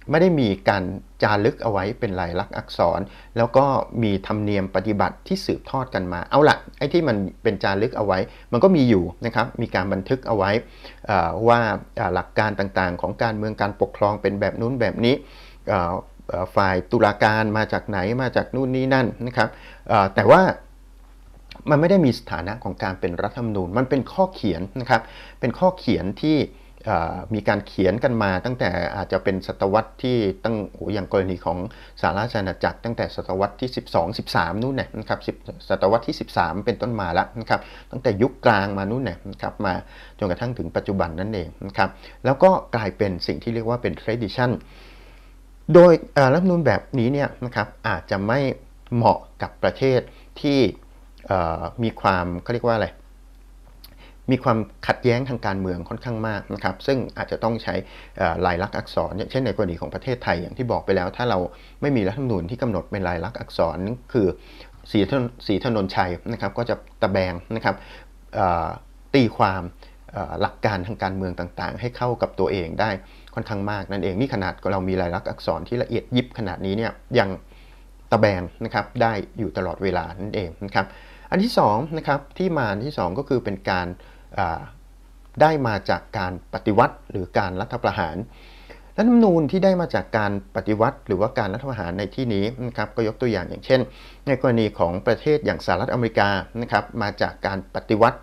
ไม่ได้มีการจารึกเอาไว้เป็นลายลักษณ์อักษรแล้วก็มีธรรมเนียมปฏิบัติที่สืบทอดกันมาเอาละไอ้ที่มันเป็นจารึกเอาไว้มันก็มีอยู่นะครับมีการบันทึกเอาไว้ว่าหลักการต่างๆของการเมืองการปกครองเป็นแบบนู้นแบบนี้ฝ่ายตุลาการมาจากไหนมาจากนู่นนี่นั่นนะครับแต่ว่ามันไม่ได้มีสถานะของการเป็นรัฐธรรมนูญมันเป็นข้อเขียนนะครับเป็นข้อเขียนที่มีการเขียนกันมาตั้งแต่อาจจะเป็นศตวรรษที่อย่างกรณีของสหราชอาณาจักรตั้งแต่ศตวรรษที่12-13นู่นนะครับศตวรรษที่13เป็นต้นมาแล้วนะครับตั้งแต่ยุคกลางมานู่นนะครับมาจนกระทั่งถึงปัจจุบันนั่นเองนะครับแล้วก็กลายเป็นสิ่งที่เรียกว่าเป็น tradition โดยรัฐธรรมนูญแบบนี้เนี่ยนะครับอาจจะไม่เหมาะกับประเทศที่มีความเขาเรียกว่าอะไรมีความขัดแย้งทางการเมืองค่อนข้างมากนะครับซึ่งอาจจะต้องใช้ลายลักษณ์อักษรอย่างเช่นในกรณีของประเทศไทยอย่างที่บอกไปแล้วถ้าเราไม่มีรัฐธรรมนูญที่กำหนดเป็นลายลักษณ์อักษรคือศรีถนนชัยนะครับก็จะตะแบงนะครับตีความหลักการทางการเมืองต่างๆให้เข้ากับตัวเองได้ค่อนข้างมากนั่นเองนี่ขนาดเรามีลายลักษณ์อักษรที่ละเอียดยิบขนาดนี้เนี่ยยังตะแบงนะครับได้อยู่ตลอดเวลานั่นเองนะครับอันที่2นะครับที่มาที่2ก็คือเป็นการได้มาจากการปฏิวัติหรือการรัฐประหารรัฐธรรมนูญที่ได้มาจากการปฏิวัติหรือว่าการรัฐประหารในที่นี้นะครับก็ยกตัวอย่างอย่างเช่นในกรณีของประเทศอย่างสหรัฐอเมริกานะครับมาจากการปฏิวัติ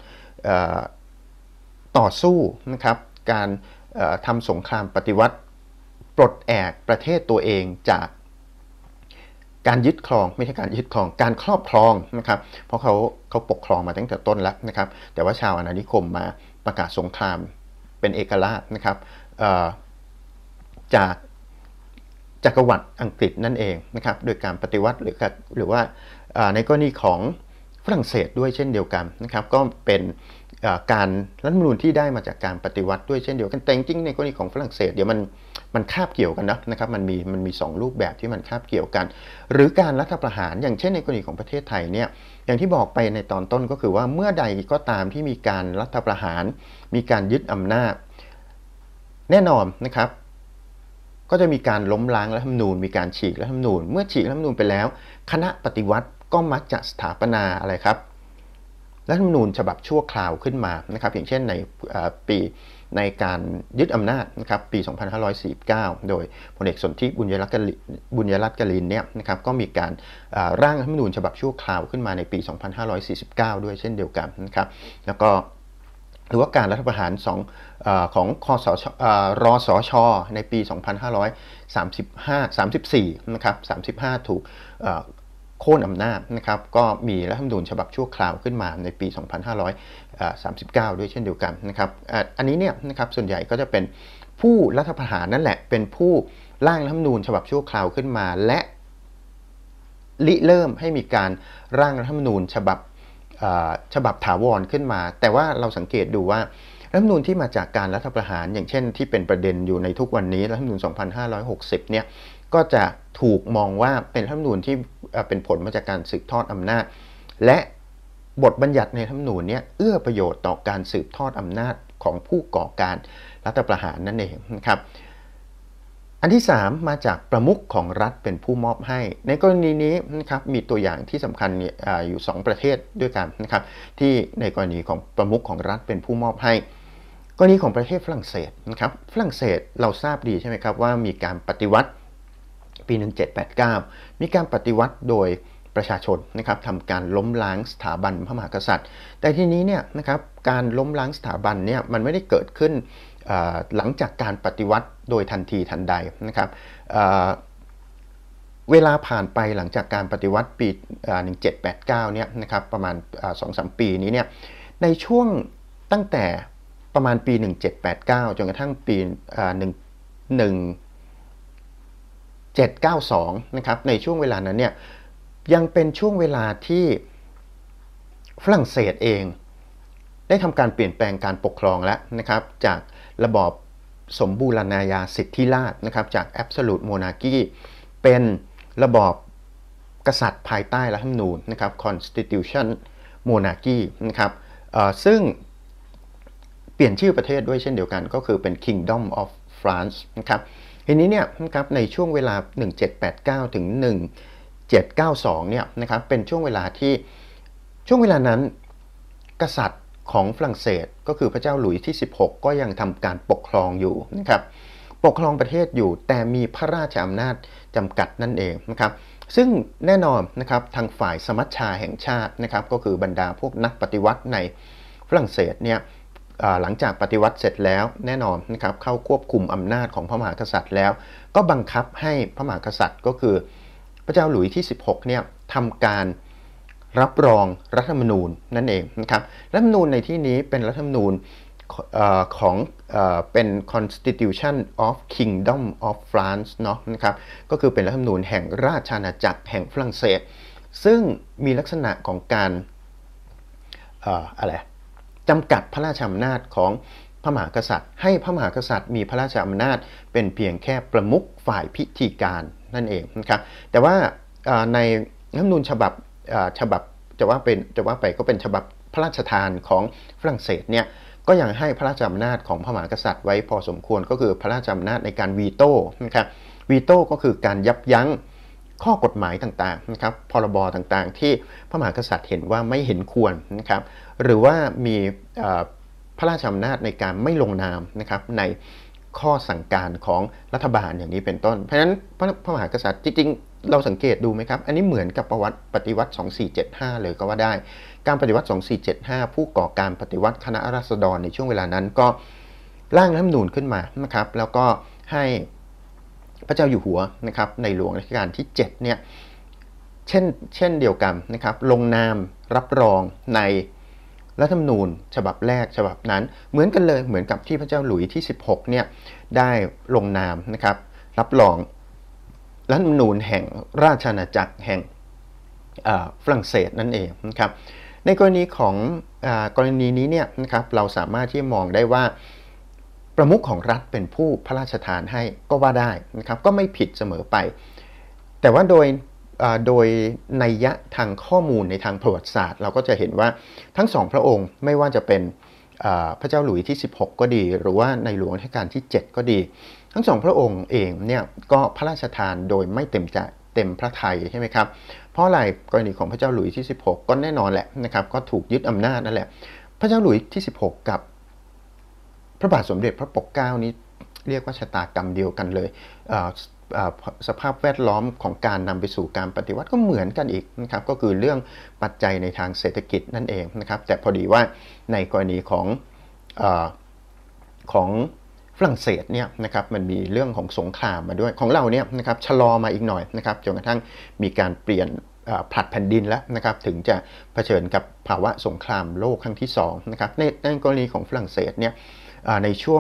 ต่อสู้นะครับการทำสงครามปฏิวัติปลดแอกประเทศตัวเองจากการยึดครองไม่ใช่การยึดครองการครอบครองนะครับเพราะเขาปกครองมาตั้งแต่ต้นแล้วนะครับแต่ว่าชาวอาณานิคมมาประกาศสงครามเป็นเอกราชนะครับจากจักรวรรดิอังกฤษนั่นเองนะครับโดยการปฏิวัติหรือว่าในกรณีของฝรั่งเศสด้วยเช่นเดียวกันนะครับก็เป็นการรัฐธรรมนูญที่ได้มาจากการปฏิวัติด้วยเช่นเดียวกันแต่จริงในกรณีของฝรั่งเศสเดี๋ยวมันคาบเกี่ยวกันนะครับมันมี2รูปแบบที่มันคาบเกี่ยวกันหรือการรัฐประหารอย่างเช่นในกรณีของประเทศไทยเนี่ยอย่างที่บอกไปในตอนต้นก็คือว่าเมื่อใดก็ตามที่มีการรัฐประหารมีการยึดอำนาจแน่นอนนะครับก็จะมีการล้มล้างรัฐธรรมนูญมีการฉีกรัฐธรรมนูญเมื่อฉีกรัฐธรรมนูญไปแล้วคณะปฏิวัติก็มักจะสถาปนาอะไรครับรัฐธรรมนูญฉบับชั่วคราวขึ้นมานะครับอย่างเช่นในการยึดอำนาจนะครับปี 2549 โดยพลเอกสนธิบุญยรัตน์กลินเนี่ยนะครับก็มีการร่างรัฐธรรมนูญฉบับชั่วคราวขึ้นมาในปี 2549 ด้วยเช่นเดียวกันนะครับแล้วก็หรือว่าการรัฐประหารของรสช.ในปี 2534 นะครับ35ถูกโค่นอำนาจนะครับก็มีรัฐธรรมนูญฉบับชั่วคราวขึ้นมาในปี 2539 ด้วยเช่นเดียวกันนะครับอันนี้เนี่ยนะครับส่วนใหญ่ก็จะเป็นผู้รัฐประหารนั่นแหละเป็นผู้ร่างรัฐธรรมนูญฉบับชั่วคราวขึ้นมาและริเริ่มให้มีการร่างรัฐธรรมนูญฉบับถาวรขึ้นมาแต่ว่าเราสังเกตดูว่ารัฐธรรมนูญที่มาจากการรัฐประหารอย่างเช่นที่เป็นประเด็นอยู่ในทุกวันนี้รัฐธรรมนูญ 2560 เนี่ยก็จะถูกมองว่าเป็นรัฐธรรมนูญที่เป็นผลมาจากการสืบทอดอำนาจและบทบัญญัติในรัฐธรรมนูญเนี่ยเอื้อประโยชน์ต่อการสืบทอดอำนาจของผู้ก่อการรัฐประหารนั่นเองนะครับอันที่3มาจากประมุขของรัฐเป็นผู้มอบให้ในกรณีนี้นะครับมีตัวอย่างที่สำคัญอยู่2ประเทศด้วยกันนะครับที่ในกรณีของประมุขของรัฐเป็นผู้มอบให้กรณีของประเทศฝรั่งเศสนะครับฝรั่งเศสเราทราบดีใช่ไหมครับว่ามีการปฏิวัติปี 1789 มีการปฏิวัติโดยประชาชนนะครับทำการล้มล้างสถาบันพระมหากษัตริย์แต่ทีนี้เนี่ยนะครับการล้มล้างสถาบันเนี่ยมันไม่ได้เกิดขึ้นหลังจากการปฏิวัติโดยทันทีทันใดนะครับเวลาผ่านไปหลังจากการปฏิวัติปี 1789 เนี่ยนะครับประมาณ 2-3 ปีนี้เนี่ยในช่วงตั้งแต่ประมาณปี 1789 จนกระทั่งปี 1792 นะครับในช่วงเวลานั้นเนี่ยยังเป็นช่วงเวลาที่ฝรั่งเศสเองได้ทำการเปลี่ยนแปลงการปกครองแล้วนะครับจากระบอบสมบูรณาญาสิทธิราชย์นะครับจาก Absolute Monarchy เป็นระบอบกษัตริย์ภายใต้รัฐธรรมนูญนะครับ Constitution Monarchy นะครับซึ่งเปลี่ยนชื่อประเทศด้วยเช่นเดียวกันก็คือเป็น Kingdom of France นะครับทีนี้เนี่ยนะครับในช่วงเวลา1789ถึง1792เนี่ยนะครับเป็นช่วงเวลาที่ช่วงเวลานั้นกษัตริย์ของฝรั่งเศสก็คือพระเจ้าหลุยส์ที่16ก็ยังทำการปกครองอยู่นะครับปกครองประเทศอยู่แต่มีพระราชอำนาจจำกัดนั่นเองนะครับซึ่งแน่นอนนะครับทางฝ่ายสมัชชาแห่งชาตินะครับก็คือบรรดาพวกนักปฏิวัติในฝรั่งเศสเนี่ยหลังจากปฏิวัติเสร็จแล้วแน่นอนนะครับเข้าควบคุมอำนาจของพระมหากษัตริย์แล้วก็บังคับให้พระมหากษัตริย์ก็คือพระเจ้าหลุยส์ที่16เนี่ยทำการรับรองรัฐธรรมนูญนั่นเองนะครับรัฐธรรมนูญในที่นี้เป็นรัฐธรรมนูญของเป็น Constitution of Kingdom of France เนาะนะครับก็คือเป็นรัฐธรรมนูญแห่งราชอาณาจักรแห่งฝรั่งเศสซึ่งมีลักษณะของการจำกัดพระราชอำนาจของพระมหากษัตริย์ให้พระมหากษัตริย์มีพระราชอำนาจเป็นเพียงแค่ประมุขฝ่ายพิธีการนั่นเองนะครับแต่ว่าในรัฐธรรมนูญฉบับจะว่าไปก็เป็นฉบับพระราชทานของฝรั่งเศสเนี่ยก็ยังให้พระราชอำนาจของพระมหากษัตริย์ไว้พอสมควรก็คือพระราชอำนาจในการวีโต้นะครับวีโต้ก็คือการยับยั้งข้อกฎหมายต่างๆนะครับพรบต่างๆที่พระมหากษัตริย์เห็นว่าไม่เห็นควรนะครับหรือว่ามีพระราชอำนาจในการไม่ลงนามนะครับในข้อสั่งการของรัฐบาลอย่างนี้เป็นต้นเพราะฉะนั้นพระมหากษัตริย์จริงๆเราสังเกตดูไหมครับอันนี้เหมือนกับปฏิวัติ2475เลยก็ว่าได้การปฏิวัติ2475ผู้ก่อการปฏิวัติคณะราษฎรในช่วงเวลานั้นก็ร่างรัฐธรรมนูญขึ้นมานะครับแล้วก็ให้พระเจ้าอยู่หัวนะครับในหลวงรัชกาลที่7เนี่ยเช่นเดียวกันนะครับลงนามรับรองในรัฐธรรมนูญฉบับแรกฉบับนั้นเหมือนกันเลยเหมือนกับที่พระเจ้าหลุยส์ที่16เนี่ยได้ลงนามนะครับรับรองรัฐธรรมนูญแห่งราชอาณาจักรแห่งฝรั่งเศสนั่นเองนะครับในกรณีของกรณีนี้เนี่ยนะครับเราสามารถที่มองได้ว่าประมุขของรัฐเป็นผู้พระราชทานให้ก็ว่าได้นะครับก็ไม่ผิดเสมอไปแต่ว่าโดยนัยยะทางข้อมูลในทางประวัติศาสตร์เราก็จะเห็นว่าทั้งสองพระองค์ไม่ว่าจะเป็นพระเจ้าหลุยส์ที่16ก็ดีหรือว่าในหลวงรัชกาลที่7ก็ดีทั้งสองพระองค์เองเนี่ยก็พระราชทานโดยไม่เต็มพระทัยใช่ไหมครับเพราะอะไรกรณีของพระเจ้าหลุยส์ที่16ก็แน่นอนแหละนะครับก็ถูกยึดอำนาจนั่นแหละพระเจ้าหลุยส์ที่16กับพระบาทสมเด็จพระปกเกล้านี้เรียกว่าชะตากรรมเดียวกันเลยสภาพแวดล้อมของการนำไปสู่การปฏิวัติก็เหมือนกันอีกนะครับก็คือเรื่องปัจจัยในทางเศรษฐกิจนั่นเองนะครับแต่พอดีว่าในกรณีของฝรั่งเศสเนี่ยนะครับมันมีเรื่องของสงครามมาด้วยของเราเนี่ยนะครับชะลอมาอีกหน่อยนะครับจนกระทั่งมีการเปลี่ยนผลัดแผ่นดินแล้วนะครับถึงจะเผชิญกับภาวะสงครามโลกครั้งที่2นะครับในกรณีของฝรั่งเศสเนี่ยในช่วง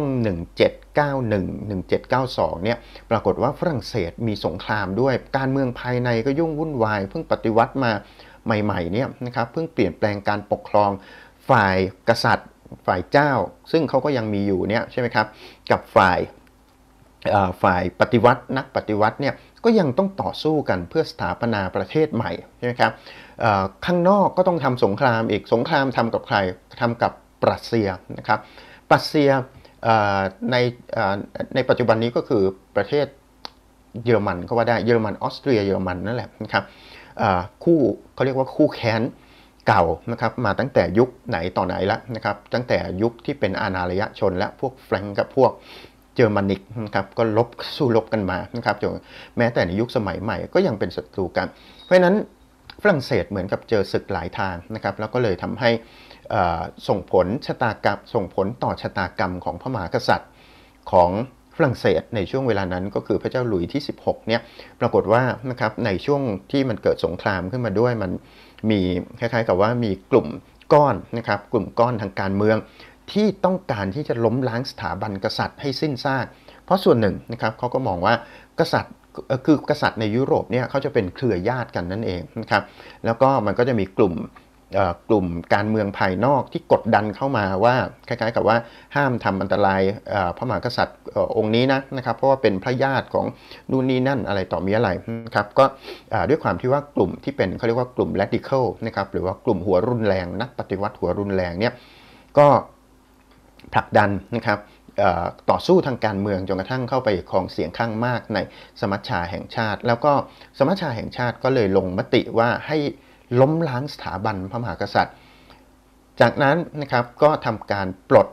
1791-1792เนี่ยปรากฏว่าฝรั่งเศสมีสงครามด้วยการเมืองภายในก็ยุ่งวุ่นวายเพิ่งปฏิวัติมาใหม่ๆเนี่ยนะครับเพิ่งเปลี่ยนแปลงการปกครองฝ่ายกษัตริย์ฝ่ายเจ้าซึ่งเขาก็ยังมีอยู่เนี่ยใช่ไหมครับกับฝ่ายปฏิวัตินักปฏิวัติเนี่ยก็ยังต้องต่อสู้กันเพื่อสถาปนาประเทศใหม่ใช่ไหมครับข้างนอกก็ต้องทำสงครามอีกสงครามทำกับใครทำกับปรัสเซียนะครับปรัสเซียในปัจจุบันนี้ก็คือประเทศเยอรมันก็ว่าได้เยอรมันออสเตรียเยอรมันนั่นแหละนะครับคู่เขาเรียกว่าคู่แค้นเก่านะครับมาตั้งแต่ยุคไหนต่อไหนแล้วนะครับตั้งแต่ยุคที่เป็นอาณานิคมชนและพวกแฟรงก์กับพวกเยอรมนิกนะครับก็สู้รบกันมานะครับจนแม้แต่ในยุคสมัยใหม่ก็ยังเป็นศัตรูกันเพราะฉะนั้นฝรั่งเศสเหมือนกับเจอศึกหลายทางนะครับแล้วก็เลยทำให้ส่งผลต่อชะตากรรมของพระมหากษัตริย์ของฝรั่งเศสในช่วงเวลานั้นก็คือพระเจ้าหลุยส์ที่16เนี่ยปรากฏว่านะครับในช่วงที่มันเกิดสงครามขึ้นมาด้วยมันมีคล้ายๆกับว่ามีกลุ่มก้อนนะครับกลุ่มก้อนทางการเมืองที่ต้องการที่จะล้มล้างสถาบันกษัตริย์ให้สิ้นซากเพราะส่วนหนึ่งนะครับเขาก็มองว่ากษัตริย์ในยุโรปเนี่ยเขาจะเป็นเครือญาติกันนั่นเองนะครับแล้วก็มันก็จะมีกลุ่มการเมืองภายนอกที่กดดันเข้ามาว่าคล้ายๆกับว่าห้ามทำอันตรายพระมหากษัตริย์องค์นี้นะครับเพราะว่าเป็นพระญาติของนู่นนี่นั่นอะไรต่อมีอะไรนะครับก็ด้วยความที่ว่ากลุ่มที่เป็นเขาเรียกว่ากลุ่ม radical นะครับหรือว่ากลุ่มหัวรุนแรงนักปฏิวัติหัวรุนแรงเนี่ยก็ผลักดันนะครับต่อสู้ทางการเมืองจนกระทั่งเข้าไปครองเสียงข้างมากในสมัชชาแห่งชาติแล้วก็สมัชชาแห่งชาติก็เลยลงมติว่าให้ล้มล้างสถาบันพระมหากษัตริย์จากนั้นนะครับก็ทำการปลด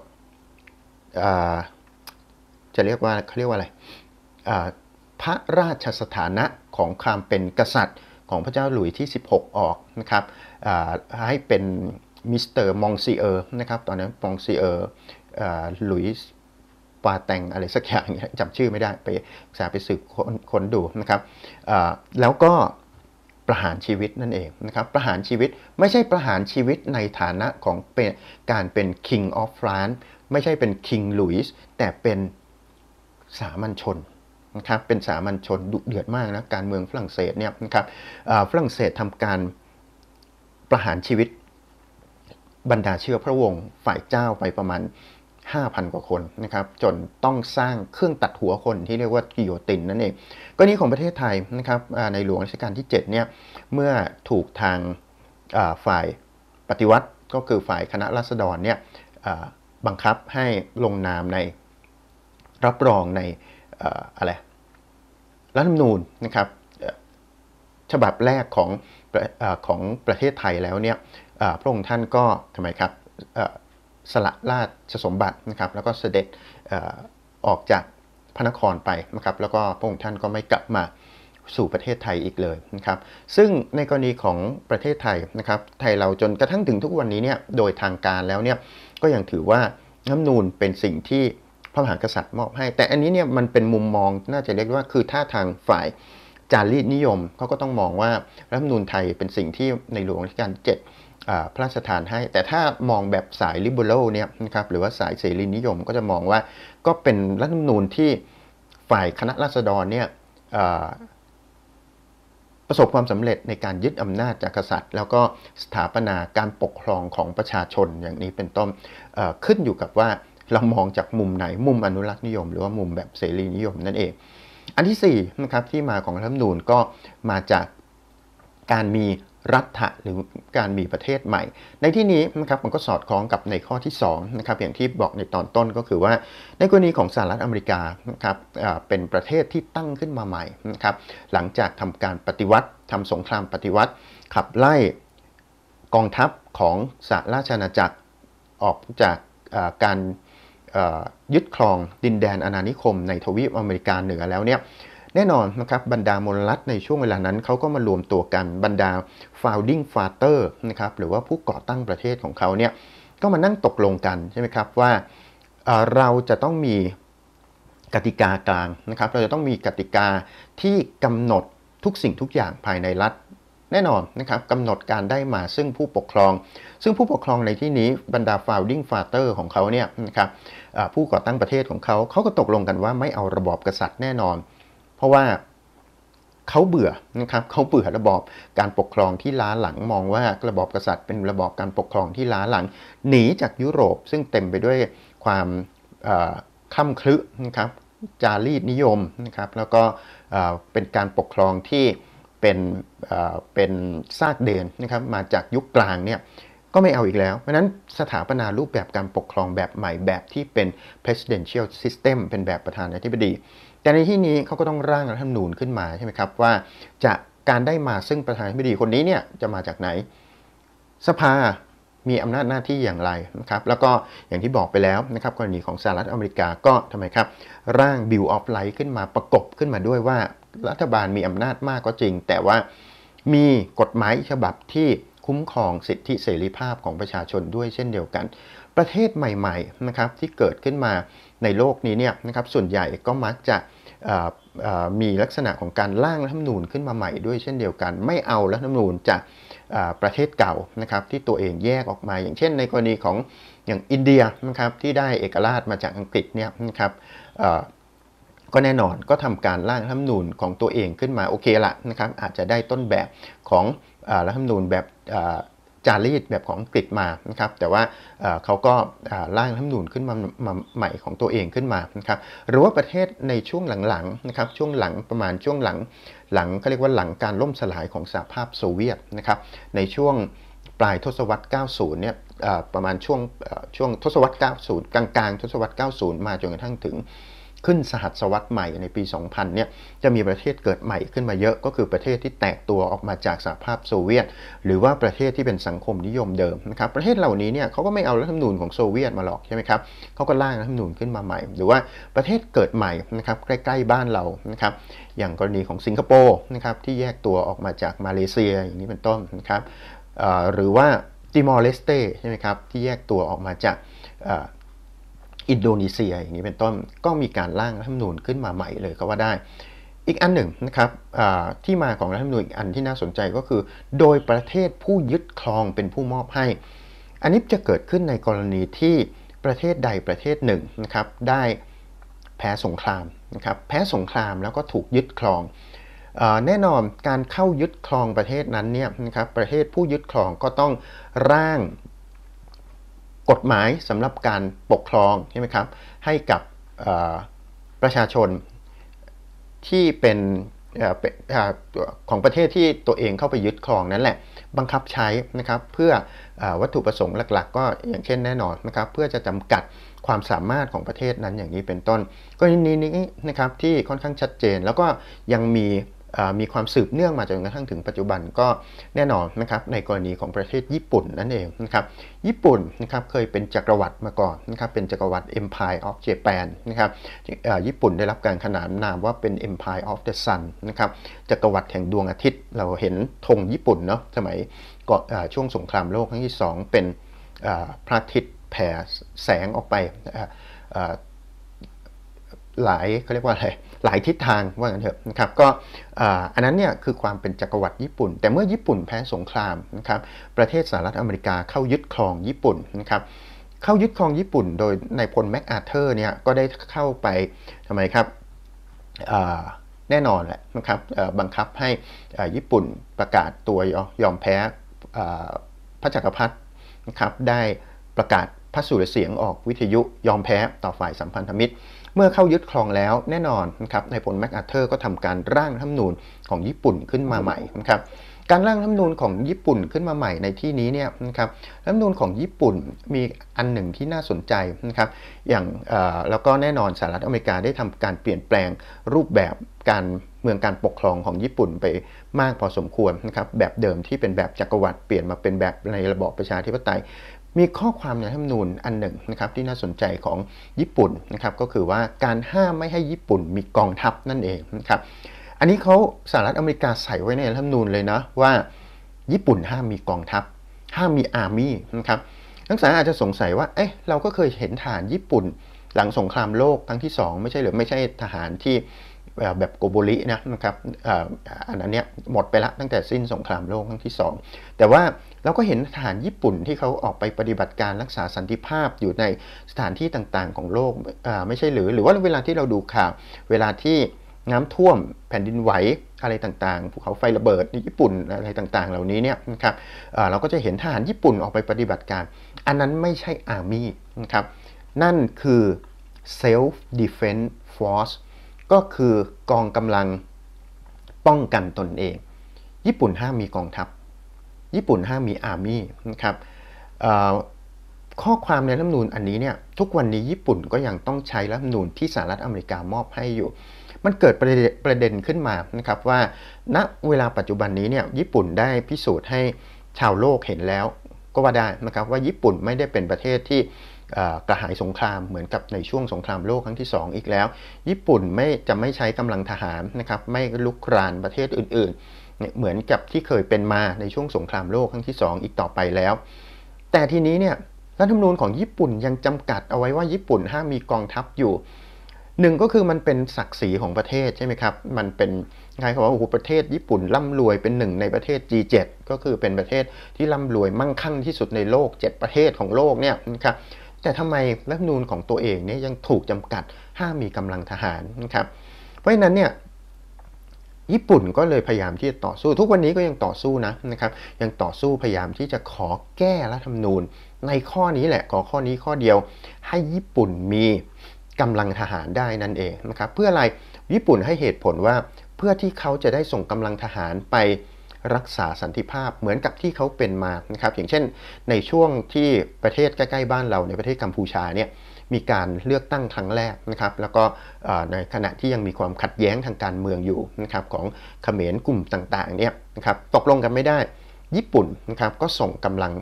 จะเรียกว่าเขาเรียกว่าอะไรพระราชสถานะของความเป็นกษัตริย์ของพระเจ้าหลุยส์ที่16ออกนะครับให้เป็นมิสเตอร์มองซีเออร์นะครับตอนนั้นมองซีเออร์หลุยส์ปาแตงอะไรสักอย่างจำชื่อไม่ได้ไปศึกษาไปสืบค้นดูนะครับแล้วก็ประหารชีวิตนั่นเองนะครับประหารชีวิตไม่ใช่ประหารชีวิตในฐานะของการเป็น King of France ไม่ใช่เป็น King Louis แต่เป็นสามัญชนนะครับเป็นสามัญชนดุเดือดมากนะการเมืองฝรั่งเศสเนี่ยนะครับฝรั่งเศสทำการประหารชีวิตบรรดาเชื้อพระวงศ์ฝ่ายเจ้าไปประมาณ 5,000 กว่าคนนะครับจนต้องสร้างเครื่องตัดหัวคนที่เรียกว่ากิโยตินนั่นเองกรณีของประเทศไทยนะครับในหลวงรัชกาลที่7เนี่ยเมื่อถูกทางฝ่ายปฏิวัติก็คือฝ่ายคณะราษฎรเนี่ยบังคับให้ลงนามในรับรองในอะไรรัฐธรรมนูญนะครับฉบับแรกของประเทศไทยแล้วเนี่ยพระองค์ท่านก็ทำไมครับสละราชสมบัตินะครับแล้วก็เสด็จออกจากพระนครไปนะครับแล้วก็พระองค์ท่านก็ไม่กลับมาสู่ประเทศไทยอีกเลยนะครับซึ่งในกรณีของประเทศไทยนะครับไทยเราจนกระทั่งถึงทุกวันนี้เนี่ยโดยทางการแล้วเนี่ยก็ยังถือว่ารัฐธรรมนูญเป็นสิ่งที่พระมหากษัตริย์มอบให้แต่อันนี้เนี่ยมันเป็นมุมมองน่าจะเรียกว่าคือถ้าทางฝ่ายจารีตนิยมเขาก็ต้องมองว่ารัฐธรรมนูญไทยเป็นสิ่งที่ในหลวงรัชกาลที่7พระราชทานให้แต่ถ้ามองแบบสายลิเบอรัลเนี่ยนะครับหรือว่าสายเสรีนิยมก็จะมองว่าก็เป็นรัฐธรรมนูญที่ฝ่ายคณะราษฎรเนี่ยประสบความสำเร็จในการยึดอำนาจจากกษัตริย์แล้วก็สถาปนาการปกครองของประชาชนอย่างนี้เป็นต้นขึ้นอยู่กับว่าเรามองจากมุมไหนมุมอนุรักษ์นิยมหรือว่ามุมแบบเสรีนิยมนั่นเองอันที่4นะครับที่มาของรัฐธรรมนูญก็มาจากการมีรัฐะหรือการมีประเทศใหม่ในที่นี้นะครับมันก็สอดคล้องกับในข้อที่2นะครับอย่างที่บอกในตอนต้นก็คือว่าในกรณีของสหรัฐอเมริกานะครับเป็นประเทศที่ตั้งขึ้นมาใหม่นะครับหลังจากทำการปฏิวัติทำสงครามปฏิวัติขับไล่กองทัพของสหราชอาณาจักรออกจากการยึดครองดินแดนอาณานิคมในทวีปอเมริกาเหนือแล้วเนี่ยแน่นอนนะครับบรรดามลรัฐในช่วงเวลานั้นเขาก็มารวมตัวกันบรรดา founding father นะครับหรือว่าผู้ก่อตั้งประเทศของเขาเนี่ยก็มานั่งตกลงกันใช่ไหมครับว่าเราจะต้องมีกติกากลางนะครับเราจะต้องมีกติกาที่กำหนดทุกสิ่งทุกอย่างภายในรัฐแน่นอนนะครับกำหนดการได้มาซึ่งผู้ปกครองซึ่งผู้ปกครองในที่นี้บรรดา founding father ของเขาเนี่ยนะครับผู้ก่อตั้งประเทศของเขาก็ตกลงกันว่าไม่เอาระบอบกษัตริย์แน่นอนเพราะว่าเขาเบื่อนะครับเขาเบื่อระบอบการปกครองที่ล้าหลังมองว่าระบอบกษัตริย์เป็นระบอบการปกครองที่ล้าหลังหนีจากยุโรปซึ่งเต็มไปด้วยความคล่ำคลึนะครับจารีตนิยมนะครับแล้วก็เป็นการปกครองที่เป็นซากเดนนะครับมาจากยุคกลางเนี่ยก็ไม่เอาอีกแล้วเพราะนั้นสถาปนารูปแบบการปกครองแบบใหม่แบบที่เป็น presidential system เป็นแบบประธานาธิบดีแต่ในที่นี้เขาก็ต้องร่างรัฐธรรมนูญขึ้นมาใช่ไหมครับว่าจะการได้มาซึ่งประธานาธิบดีคนนี้เนี่ยจะมาจากไหนสภามีอำนาจหน้าที่อย่างไรนะครับแล้วก็อย่างที่บอกไปแล้วนะครับกรณีของสหรัฐอเมริกาก็ทำไมครับร่าง Bill of Rights ขึ้นมาประกบขึ้นมาด้วยว่ารัฐบาลมีอำนาจมากก็จริงแต่ว่ามีกฎหมายฉบับที่คุ้มครองสิทธิเสรีภาพของประชาชนด้วยเช่นเดียวกันประเทศใหม่ๆนะครับที่เกิดขึ้นมาในโลกนี้เนี่ยนะครับส่วนใหญ่ก็มักจะมีลักษณะของการร่างรัฐธรรมนูญขึ้นมาใหม่ด้วยเช่นเดียวกันไม่เอารัฐธรรมนูญจากประเทศเก่านะครับที่ตัวเองแยกออกมาอย่างเช่นในกรณีของอย่างอินเดียนะครับที่ได้เอกราชมาจากอังกฤษเนี่ยนะครับก็แน่นอนก็ทำการร่างรัฐธรรมนูญของตัวเองขึ้นมาโอเคละนะครับอาจจะได้ต้นแบบของรัฐธรรมนูญแบบจารีตแบบของอังกฤษมานะครับแต่ว่าเขาก็ร่างรัฐธรรมนูญขึ้นมาใหม่ของตัวเองขึ้นมานะครับหรือว่าประเทศในช่วงหลังๆนะครับช่วงหลังประมาณช่วงหลังเขาเรียกว่าหลังการล่มสลายของสหภาพโซเวียตนะครับในช่วงปปลายทศวรรษ 90 เนี่ยประมาณช่วงทศวรรษ 90 กลางๆทศวรรษ 90 มาจนกระทั่งถึงขึ้นสหัสวรรษใหม่ในปี 2000 เนี่ยจะมีประเทศเกิดใหม่ขึ้นมาเยอะก็คือประเทศที่แตกตัวออกมาจากสหภาพโซเวียตหรือว่าประเทศที่เป็นสังคมนิยมเดิมนะครับประเทศเหล่านี้เนี่ยเขาก็ไม่เอารัฐธรรมนูญของโซเวียตมาหรอกใช่ไหมครับเขาก็ร่างรัฐธรรมนูญขึ้นมาใหม่หรือว่าประเทศเกิดใหม่นะครับใกล้ๆบ้านเรานะครับอย่างกรณีของสิงคโปร์นะครับที่แยกตัวออกมาจากมาเลเซียอย่างนี้เป็นต้นนะครับหรือว่าติมอร์เลสเตใช่ไหมครับที่แยกตัวออกมาจากอินโดนีเซียอย่างนี้เป็นต้นก็มีการร่างรัฐธรรมนูญขึ้นมาใหม่เลยก็ว่าได้อีกอันหนึ่งนะครับที่มาของรัฐธรรมนูญอีกอันที่น่าสนใจก็คือโดยประเทศผู้ยึดครองเป็นผู้มอบให้อันนี้จะเกิดขึ้นในกรณีที่ประเทศใดประเทศหนึ่งนะครับได้แพ้สงครามนะครับแพ้สงครามแล้วก็ถูกยึดครองแน่นอนการเข้ายึดครองประเทศนั้นเนี่ยนะครับประเทศผู้ยึดครองก็ต้องร่างกฎหมายสำหรับการปกครองใช่ไหมครับให้กับประชาชนที่เป็นของประเทศที่ตัวเองเข้าไปยึดครองนั่นแหละบังคับใช้นะครับเพื่อวัตถุประสงค์หลักๆก็อย่างเช่นแน่นอนนะครับเพื่อจะจำกัดความสามารถของประเทศนั้นอย่างนี้เป็นต้นกรณีนี้นะครับที่ค่อนข้างชัดเจนแล้วก็ยังมีความสืบเนื่องมาจนกระทั่งถึงปัจจุบันก็แน่นอนนะครับในกรณีของประเทศญี่ปุ่นนั่นเองนะครับญี่ปุ่นนะครับเคยเป็นจักรวรรดิมาก่อนนะครับเป็นจักรวรรดิ Empire of Japan นะครับญี่ปุ่นได้รับการขนานนามว่าเป็น Empire of the Sun นะครับจักรวรรดิแห่งดวงอาทิตย์เราเห็นธงญี่ปุ่นเนาะสมัยก่อนช่วงสงครามโลกครั้งที่2เป็นพระอาทิตย์แผ่แสงออกไปหลายเขาเรียกว่าอะไรหลายทิศทางว่างั้นเถอะนะครับก็อันนั้นเนี่ยคือความเป็นจักรวรรดิญี่ปุ่นแต่เมื่อญี่ปุ่นแพ้สงครามนะครับประเทศสหรัฐอเมริกาเข้ายึดครองญี่ปุ่นนะครับเข้ายึดครองญี่ปุ่นโดยนายพลแมคอาร์เธอร์เนี่ยก็ได้เข้าไปทำไมครับแน่นอนแหละนะครับบังคับให้ญี่ปุ่นประกาศตัวยอมแพ้พระจักรพรรดินะครับได้ประกาศพระสุรเสียงออกวิทยุยอมแพ้ต่อฝ่ายสัมพันธมิตรเมื่อเข้ายึดครองแล้วแน่นอนนะครับนายพลแมคอาร์เธอร์ก็ทำการร่างรัฐธรรมนูญของญี่ปุ่นขึ้นมาใหม่นะครับการร่างรัฐธรรมนูญของญี่ปุ่นขึ้นมาใหม่ในที่นี้เนี่ยนะครับรัฐธรรมนูญของญี่ปุ่นมีอันหนึ่งที่น่าสนใจนะครับอย่างแล้วก็แน่นอนสหรัฐอเมริกาได้ทำการเปลี่ยนแปลงรูปแบบการเมืองการปกครองของญี่ปุ่นไปมากพอสมควรนะครับแบบเดิมที่เป็นแบบจักรวรรดิเปลี่ยนมาเป็นแบบในระบอบประชาธิปไตยมีข้อความในรัฐธรรมนูญอันหนึ่งนะครับที่น่าสนใจของญี่ปุ่นนะครับก็คือว่าการห้ามไม่ให้ญี่ปุ่นมีกองทัพนั่นเองนะครับอันนี้เขาสหรัฐอเมริกาใส่ไว้ในรัฐธรรมนูญเลยนะว่าญี่ปุ่นห้ามมีกองทัพห้ามมีอาร์มี่นะครับนักศึกษาอาจจะสงสัยว่าเราก็เคยเห็นทหารญี่ปุ่นหลังสงครามโลกครั้งที่2ไม่ใช่หรือไม่ใช่ทหารที่แบบโกโบรินะครับอันนั้นเนี่ยหมดไปละตั้งแต่สิ้นสงครามโลกครั้งที่2แต่ว่าเราก็เห็นทหารญี่ปุ่นที่เขาออกไปปฏิบัติการรักษาสันติภาพอยู่ในสถานที่ต่างๆของโลกไม่ใช่หรือว่าเวลาที่เราดูข่าวเวลาที่น้ำท่วมแผ่นดินไหวอะไรต่างๆภูเขาไฟระเบิดในญี่ปุ่นอะไรต่างๆเหล่านี้เนี่ยนะครับเราก็จะเห็นทหารญี่ปุ่นออกไปปฏิบัติการอันนั้นไม่ใช่อาร์มี่นะครับนั่นคือ self defense force ก็คือกองกำลังป้องกันตนเองญี่ปุ่นห้ามมีกองทัพญี่ปุ่นห้ามมีอาร์มี่นะครับข้อความในรัฐธรรมนูญอันนี้เนี่ยทุกวันนี้ญี่ปุ่นก็ยังต้องใช้รัฐธรรมนูญที่สหรัฐอเมริกามอบให้อยู่มันเกิดประเด็นขึ้นมานะครับว่าณเวลาปัจจุบันนี้เนี่ยญี่ปุ่นได้พิสูจน์ให้ชาวโลกเห็นแล้วก็ว่าได้นะครับว่าญี่ปุ่นไม่ได้เป็นประเทศที่กระหายสงครามเหมือนกับในช่วงสงครามโลกครั้งที่2อีกแล้วญี่ปุ่นจะไม่ใช้กำลังทหารนะครับไม่ลุกรานประเทศอื่นๆเหมือนกับที่เคยเป็นมาในช่วงสงครามโลกครั้งที่2อีกต่อไปแล้วแต่ทีนี้เนี่ยรัฐธรรมนูญของญี่ปุ่นยังจำกัดเอาไว้ว่าญี่ปุ่นห้ามมีกองทัพอยู่หนึ่งก็คือมันเป็นศักดิ์ศรีของประเทศใช่ไหมครับมันเป็นใครเขาว่าโอ้โหประเทศญี่ปุ่นร่ำรวยเป็นหนึ่งในประเทศ G7 ก็คือเป็นประเทศที่ร่ำรวยมั่งคั่งที่สุดในโลก7ประเทศของโลกเนี่ยนะครับแต่ทำไมรัฐธรรมนูญของตัวเองเนี่ยยังถูกจำกัดห้ามมีกำลังทหารนะครับเพราะฉะนั้นเนี่ยญี่ปุ่นก็เลยพยายามที่จะต่อสู้ทุกวันนี้ก็ยังต่อสู้นะครับยังต่อสู้พยายามที่จะขอแก้รัฐธรรมนูญในข้อนี้แหละข้อนี้ข้อเดียวให้ญี่ปุ่นมีกำลังทหารได้นั่นเองนะครับเพื่ออะไรญี่ปุ่นให้เหตุผลว่าเพื่อที่เขาจะได้ส่งกำลังทหารไปรักษาสันติภาพเหมือนกับที่เขาเป็นมานะครับอย่างเช่นในช่วงที่ประเทศใกล้ๆบ้านเราในประเทศกัมพูชาเนี่ยมีการเลือกตั้งครั้งแรกนะครับแล้วก็ในขณะที่ยังมีความขัดแย้งทางการเมืองอยู่นะครับของเขมรกลุ่มต่างๆเนี่ยนะครับตกลงกันไม่ได้ญี่ปุ่นนะครับก็ส่งกำลัง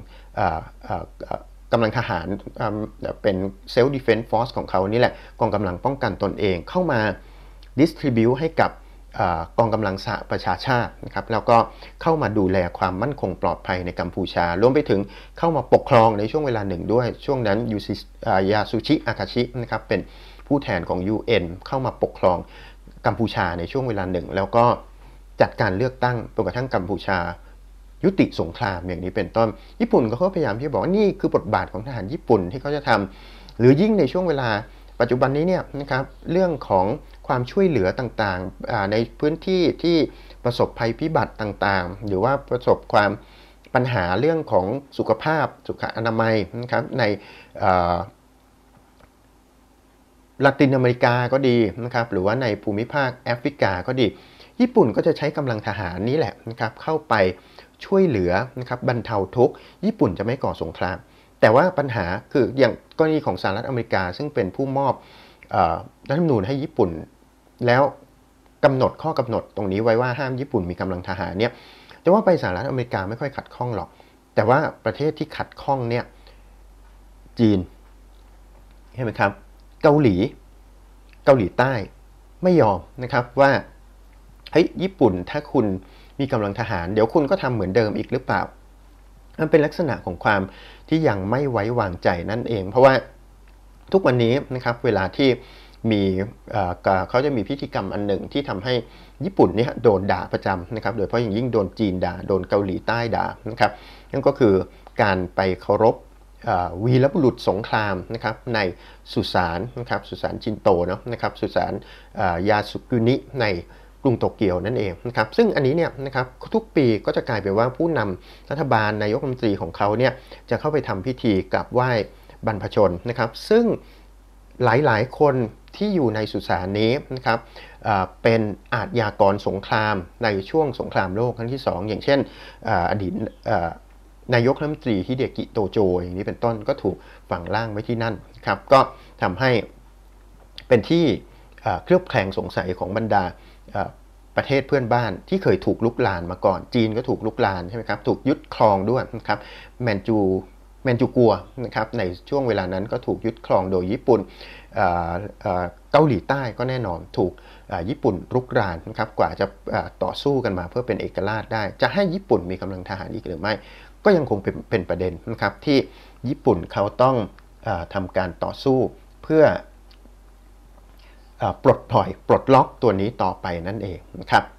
ทหารเป็น self defense force ของเขานี่แหละกองกำลังป้องกันตนเองเข้ามา distribute ให้กับกองกำลังสหประชาชาตินะครับแล้วก็เข้ามาดูแลความมั่นคงปลอดภัยในกัมพูชารวมไปถึงเข้ามาปกครองในช่วงเวลาหนึ่งด้วยช่วงนั้นยาซูชิอาคาชินะครับเป็นผู้แทนของ UN เข้ามาปกครองกัมพูชาในช่วงเวลาหนึ่งแล้วก็จัดการเลือกตั้งจนกระทั่งกัมพูชายุติสงครามอย่างนี้เป็นต้นญี่ปุ่นก็พยายามที่จะบอกว่านี่คือบทบาทของทหารญี่ปุ่นที่เขาจะทำหรือยิ่งในช่วงเวลาปัจจุบันนี้เนี่ยนะครับเรื่องของความช่วยเหลือต่างๆในพื้นที่ที่ประสบภัยพิบัติต่างๆหรือว่าประสบความปัญหาเรื่องของสุขภาพสุขอนามัยนะครับในลาตินอเมริกาก็ดีนะครับหรือว่าในภูมิภาคแอฟริกาก็ดีญี่ปุ่นก็จะใช้กำลังทหารนี้แหละนะครับเข้าไปช่วยเหลือนะครับบรรเทาทุกข์ญี่ปุ่นจะไม่ก่อสงครามแต่ว่าปัญหาคืออย่างกรณีของสหรัฐอเมริกาซึ่งเป็นผู้มอบรัฐธรรมนูญให้ญี่ปุ่นแล้วกำหนดข้อกำหนดตรงนี้ไว้ว่าห้ามญี่ปุ่นมีกำลังทหารเนี่ยแต่ว่าไปสหรัฐอเมริกาไม่ค่อยขัดข้องหรอกแต่ว่าประเทศที่ขัดข้องเนี่ยจีนใช่ไหมครับเกาหลีใต้ไม่ยอมนะครับว่าเฮ้ยญี่ปุ่นถ้าคุณมีกำลังทหารเดี๋ยวคุณก็ทำเหมือนเดิมอีกหรือเปล่ามันเป็นลักษณะของความที่ยังไม่ไว้วางใจนั่นเองเพราะว่าทุกวันนี้นะครับเวลาที่มีเขาจะมีพิธีกรรมอันหนึ่งที่ทำให้ญี่ปุ่นเนี่ยโดนด่าประจำนะครับโดยเฉพาะอย่างยิ่งโดนจีนด่าโดนเกาหลีใต้ด่านะครับนั่นก็คือการไปเคารพวีรบุรุษสงครามนะครับในสุสานนะครับสุสานชินโตเนาะนะครับสุสานยาสุกุนิในกรุงโตเกียวนั่นเองนะครับซึ่งอันนี้เนี่ยนะครับทุกปีก็จะกลายเป็นว่าผู้นำรัฐบาลนายกรัฐมนตรีของเขาเนี่ยจะเข้าไปทำพิธีกราบไหว้บรรพชนนะครับซึ่งหลายๆคนที่อยู่ในสุสานนี้นะครับเป็นอาชญากรสงครามในช่วงสงครามโลกครั้งที่2อย่างเช่นอดีตนายกรัฐมนตรีฮิเดกิโตโจอย่างนี้เป็นต้นก็ถูกฝังร่างไว้ที่นั่นครับก็ทำให้เป็นที่เคลือบแคลงสงสัยของบรรดาประเทศเพื่อนบ้านที่เคยถูกลุกลานมาก่อนจีนก็ถูกลุกลานใช่ไหมครับถูกยึดครองด้วยนะครับแมนจูกัวนะครับในช่วงเวลานั้นก็ถูกยึดครองโดยญี่ปุ่นเกาหลีใต้ก็แน่นอนถูกญี่ปุ่นรุกรานนะครับกว่าจะต่อสู้กันมาเพื่อเป็นเอกราชได้จะให้ญี่ปุ่นมีกำลังทหารอีกหรือไม่ก็ยังคงเป็นประเด็นนะครับที่ญี่ปุ่นเขาต้องทำการต่อสู้เพื่อปลดล็อกตัวนี้ต่อไปนั่นเองนะครับ